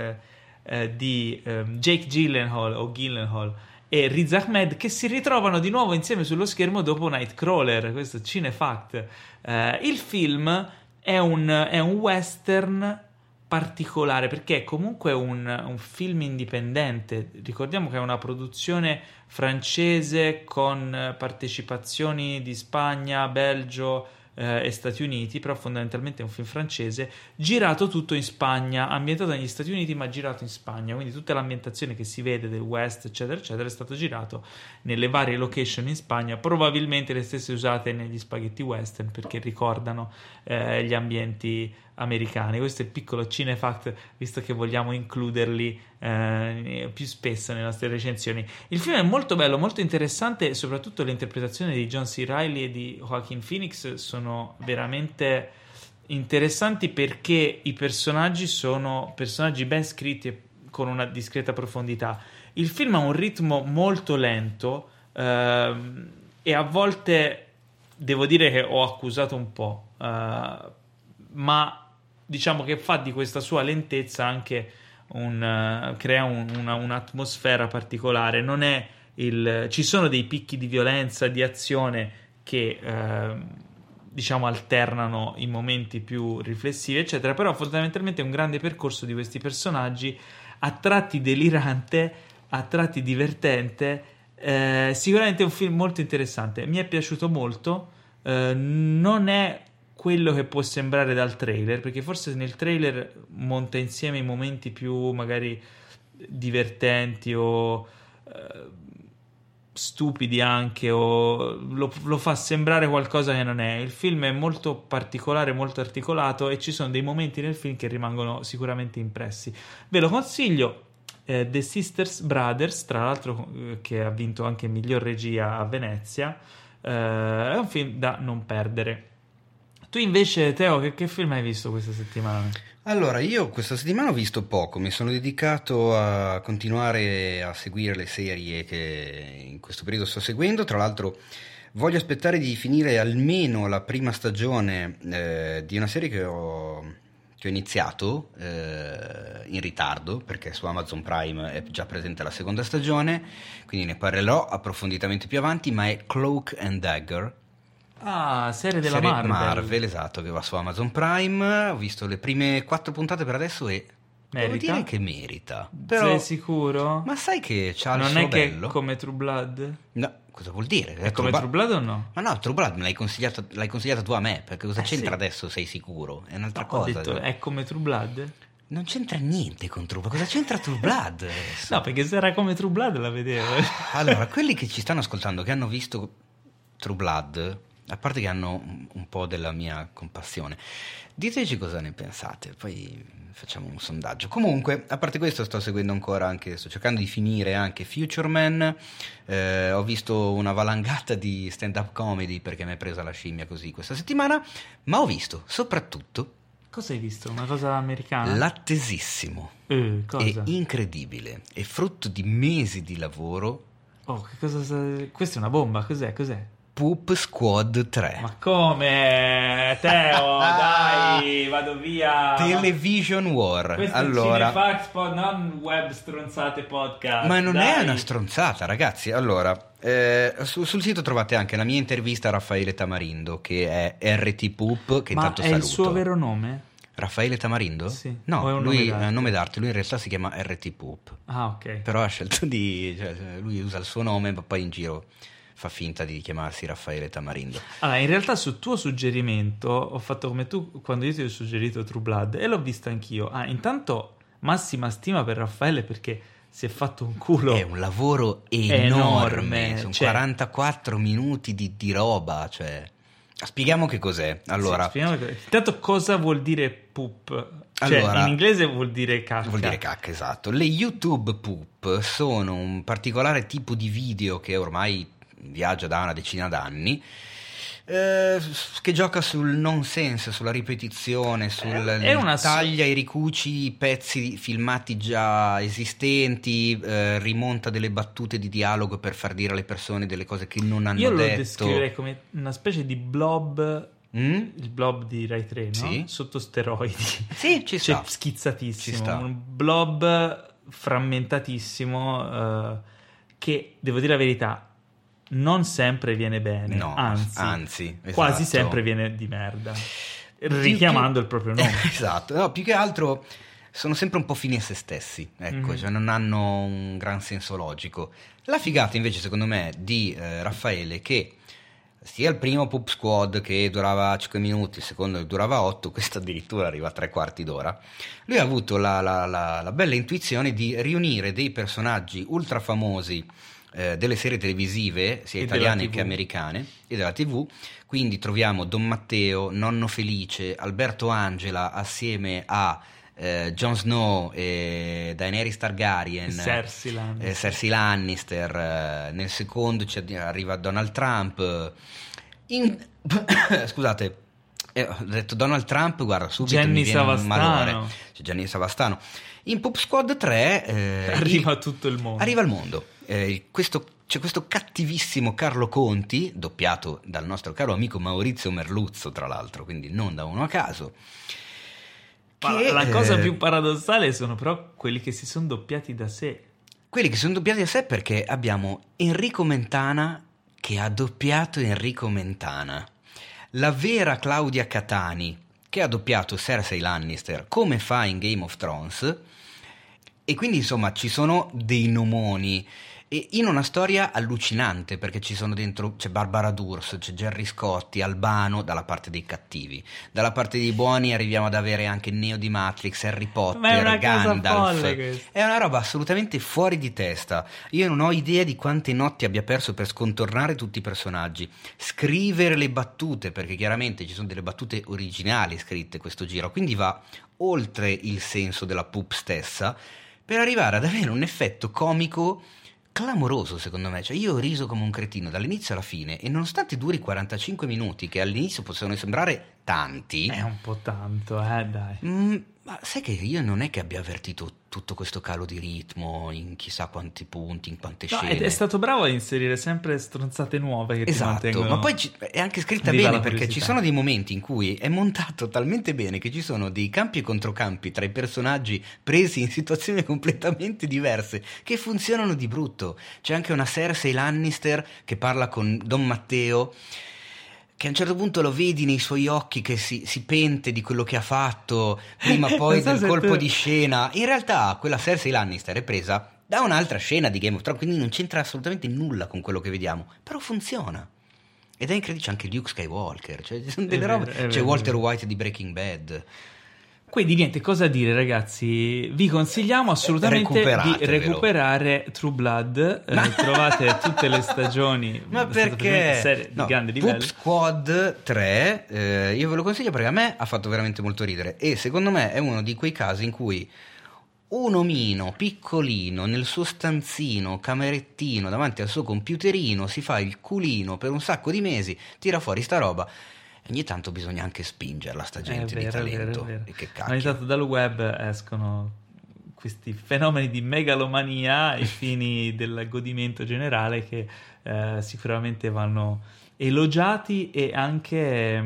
Jake Gyllenhaal o Gyllenhaal e Riz Ahmed, che si ritrovano di nuovo insieme sullo schermo dopo Nightcrawler, questo Cinefact. Il film è un western particolare perché è comunque un film indipendente. Ricordiamo che è una produzione francese con partecipazioni di Spagna, Belgio e Stati Uniti, però fondamentalmente è un film francese girato tutto in Spagna, ambientato negli Stati Uniti ma girato in Spagna, quindi tutta l'ambientazione che si vede del West eccetera eccetera è stato girato nelle varie location in Spagna, probabilmente le stesse usate negli spaghetti western perché ricordano gli ambienti americani. Questo è il piccolo cinefact, visto che vogliamo includerli più spesso nelle nostre recensioni. Il film è molto bello, molto interessante e soprattutto le interpretazioni di John C. Reilly e di Joaquin Phoenix sono veramente interessanti perché i personaggi sono personaggi ben scritti e con una discreta profondità. Il film ha un ritmo molto lento e a volte devo dire che ho accusato un po', ma diciamo che fa di questa sua lentezza anche crea un'atmosfera particolare. Non è ci sono dei picchi di violenza, di azione che diciamo alternano i momenti più riflessivi eccetera, però fondamentalmente è un grande percorso di questi personaggi, a tratti delirante, a tratti divertente. Sicuramente è un film molto interessante, mi è piaciuto molto. Non è quello che può sembrare dal trailer, perché forse nel trailer monta insieme i momenti più magari divertenti o stupidi anche, o lo fa sembrare qualcosa che non è. Il film è molto particolare, molto articolato, e ci sono dei momenti nel film che rimangono sicuramente impressi. Ve lo consiglio. The Sisters Brothers, tra l'altro, che ha vinto anche miglior regia a Venezia. È un film da non perdere. Tu invece, Teo, che film hai visto questa settimana? Allora, io questa settimana ho visto poco, mi sono dedicato a continuare a seguire le serie che in questo periodo sto seguendo. Tra l'altro voglio aspettare di finire almeno la prima stagione di una serie che ho iniziato in ritardo, perché su Amazon Prime è già presente la seconda stagione, quindi ne parlerò approfonditamente più avanti, ma è Cloak and Dagger. Serie della serie Marvel, esatto, che va su Amazon Prime. Ho visto le prime 4 puntate per adesso e devo dire che merita. Però, sei sicuro? ma sai che c'ha il non suo è che bello? è come True Blood? No, cosa vuol dire? È come True Blood o no? Ma no, True Blood me l'hai consigliata tu a me, perché cosa c'entra sì. adesso, sei sicuro? È un'altra Ho cosa. detto, è come True Blood? Non c'entra niente con True Blood. Cosa c'entra True Blood adesso? No, perché se era come True Blood la vedevo. Allora, quelli che ci stanno ascoltando, che hanno visto True Blood, a parte che hanno un po' della mia compassione, diteci cosa ne pensate, poi facciamo un sondaggio. Comunque, a parte questo, sto cercando di finire anche Future Man. Ho visto una valangata di stand-up comedy perché mi è presa la scimmia così questa settimana, ma ho visto soprattutto... Cosa hai visto? Una cosa americana? L'attesissimo cosa? e incredibile e frutto di mesi di lavoro. Oh, che cosa? Questa è una bomba, cos'è? Poop Squad 3. Ma come? Teo, dai, vado via. Television War. Questo allora, è Cinefax non Web Stronzate Podcast. ma non dai. è una stronzata, ragazzi. Allora, sul sito trovate anche la mia intervista a Raffaele Tamarindo, che è RT Poop, che intanto è saluto. il suo vero nome? Raffaele Tamarindo? Sì. O è No, un lui nome è un nome d'arte, lui in realtà si chiama RT Poop. Ah, ok. Però ha scelto lui usa il suo nome, ma poi in giro fa finta di chiamarsi Raffaele Tamarindo. Allora, in realtà su tuo suggerimento ho fatto come tu quando io ti ho suggerito True Blood e l'ho visto anch'io. Intanto massima stima per Raffaele perché si è fatto un culo. È un lavoro enorme. Sono 44 minuti di roba, cioè... Spieghiamo che cos'è. Allora, intanto cosa vuol dire poop? Cioè, allora, in inglese vuol dire cacca. Vuol dire cacca, esatto. Le YouTube poop sono un particolare tipo di video che ormai viaggia da una decina d'anni, che gioca sul nonsense, sulla ripetizione, taglia e ricuci pezzi filmati già esistenti, rimonta delle battute di dialogo per far dire alle persone delle cose che non hanno detto. Io lo descriverei come una specie di blob, il blob di Rai 3, no? Sì. Sotto steroidi. Sì, ci sta. Schizzatissimo. Ci sta. Un blob frammentatissimo, che, devo dire la verità, non sempre viene bene, no, anzi esatto. Quasi sempre viene di merda, richiamando il proprio nome. Esatto, no, più che altro sono sempre un po' fini a se stessi, ecco, cioè non hanno un gran senso logico. La figata invece secondo me di Raffaele, che sia il primo Poop Squad che durava 5 minuti, il secondo che durava 8, questo addirittura arriva a 3/4 d'ora, lui ha avuto la bella intuizione di riunire dei personaggi ultra famosi delle serie televisive, sia italiane che americane, e della TV. Quindi troviamo Don Matteo, Nonno Felice, Alberto Angela assieme a Jon Snow e Daenerys Targaryen, Cersei Lannister. Nel secondo arriva Donald Trump. Scusate, ho detto Donald Trump, guarda, subito Gianni mi viene un malore. Savastano. Gianni Savastano. In Poop Squad 3 arriva tutto il mondo. Arriva il mondo. C'è questo cattivissimo Carlo Conti, doppiato dal nostro caro amico Maurizio Merluzzo, tra l'altro, quindi non da uno a caso. La cosa più paradossale sono però quelli che si sono doppiati da sé. quelli che sono doppiati a sé, perché abbiamo Enrico Mentana che ha doppiato Enrico Mentana, la vera Claudia Catani che ha doppiato Cersei Lannister come fa in Game of Thrones, e quindi insomma ci sono dei nomoni e in una storia allucinante, perché ci sono dentro, c'è Barbara D'Urso, c'è Gerry Scotti, Albano dalla parte dei cattivi, dalla parte dei buoni arriviamo ad avere anche Neo di Matrix, Harry Potter, Ma è una Gandalf. folle, È una roba assolutamente fuori di testa. Io non ho idea di quante notti abbia perso per scontornare tutti i personaggi, scrivere le battute, perché chiaramente ci sono delle battute originali scritte questo giro, quindi va oltre il senso della pup stessa per arrivare ad avere un effetto comico clamoroso, secondo me. Cioè, io ho riso come un cretino dall'inizio alla fine, e nonostante duri 45 minuti, che all'inizio possono sembrare tanti, È un po' tanto, dai. ma sai che io non è che abbia avvertito tutto questo calo di ritmo in chissà quanti punti, in quante No, scene. è stato bravo a inserire sempre stronzate nuove che ti Esatto, mantengono. ma poi è anche scritta viva bene, la perché ci curiosità. sono dei momenti in cui è montato talmente bene che ci sono dei campi e controcampi tra i personaggi presi in situazioni completamente diverse che funzionano di brutto. C'è anche una Cersei Lannister che parla con Don Matteo, che a un certo punto lo vedi nei suoi occhi che si pente di quello che ha fatto prima poi Non so del se colpo tu- di scena. In realtà quella Cersei Lannister è presa da un'altra scena di Game of Thrones, quindi non c'entra assolutamente nulla con quello che vediamo, però funziona. Ed è incredibile. C'è anche Luke Skywalker, cioè ci sono delle vero, robe. è C'è vero, Walter è vero. White di Breaking Bad. Quindi niente, cosa dire ragazzi, vi consigliamo assolutamente di Recuperatevelo. recuperare True Blood, trovate tutte le stagioni, Ma è stata veramente perché serie di grande livello. Poop Squad 3 io ve lo consiglio perché a me ha fatto veramente molto ridere, e secondo me è uno di quei casi in cui un omino piccolino nel suo stanzino, camerettino, davanti al suo computerino, si fa il culino per un sacco di mesi, tira fuori sta roba. Ogni tanto bisogna anche spingerla sta gente di talento. È vero. E che Ogni cacchio. tanto dal web escono questi fenomeni di megalomania ai fini del godimento generale che sicuramente vanno elogiati e anche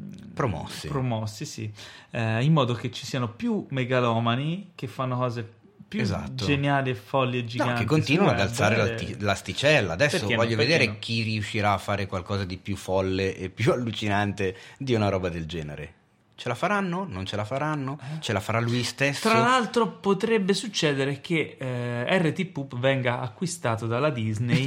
promossi, sì, in modo che ci siano più megalomani che fanno cose più Esatto. geniali e folli e giganti, No, che continuano ad sul alzare web, l'asticella. Adesso Perché no? voglio Perché vedere no? chi riuscirà a fare qualcosa di più folle e più allucinante di una roba del genere. Ce la faranno? Non ce la faranno? Ce la farà lui stesso? Tra l'altro potrebbe succedere che RT Poop venga acquistato dalla Disney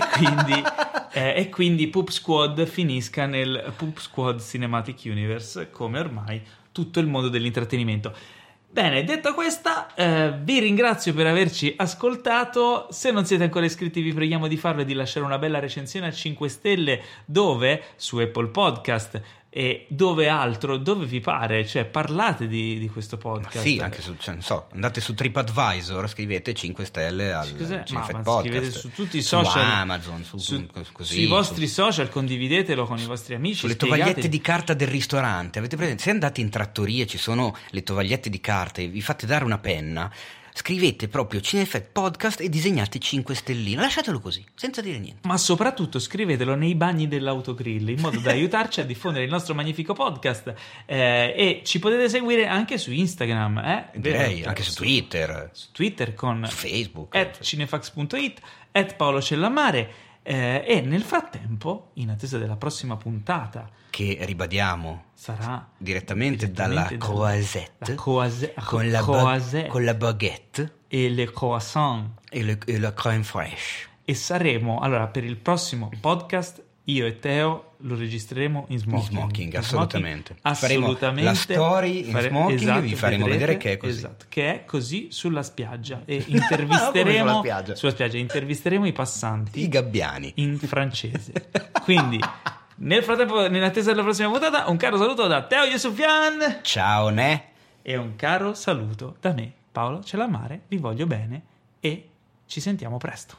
e quindi Poop Squad finisca nel Poop Squad Cinematic Universe, come ormai tutto il mondo dell'intrattenimento. Bene, detto questa, vi ringrazio per averci ascoltato. Se non siete ancora iscritti vi preghiamo di farlo e di lasciare una bella recensione a 5 stelle dove? Su Apple Podcast e dove altro, dove vi pare, cioè parlate di questo podcast. Sì, anche su, cioè, non so, andate su TripAdvisor, scrivete 5 stelle al Cinefet Ma Podcast. scrivete su tutti i su social, Amazon, così, sui vostri social, condividetelo con i vostri amici, sulle spiegate- tovagliette di carta del ristorante. Avete presente? Se andate in trattoria ci sono le tovagliette di carta e vi fate dare una penna, scrivete proprio Cinefet Podcast e disegnate 5 stelline, lasciatelo così, senza dire niente. Ma soprattutto scrivetelo nei bagni dell'autogrill in modo da aiutarci a diffondere il nostro magnifico podcast, e ci potete seguire anche su Instagram, Direi vero? anche su Twitter, su Twitter con su Facebook. @cinefax.it, @Paolo Cellamare, e nel frattempo, in attesa della prossima puntata, Che ribadiamo sarà direttamente dalla Croisette, con la baguette e le croissant, e la crème fraîche. e saremo, allora, per il prossimo podcast io e Teo lo registreremo in smoking. In smoking, assolutamente. Assolutamente. Faremo la story in smoking e vi faremo vedere che è così. Esatto, che è così sulla spiaggia, e intervisteremo Come sulla spiaggia? intervisteremo i passanti I gabbiani. in francese. Quindi nel frattempo, in attesa della prossima puntata, un caro saluto da Teo Yusufian Ciao, ne? e un caro saluto da me, Paolo Cellamare. Vi voglio bene e ci sentiamo presto.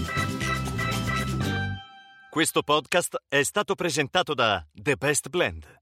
Questo podcast è stato presentato da The Best Blend.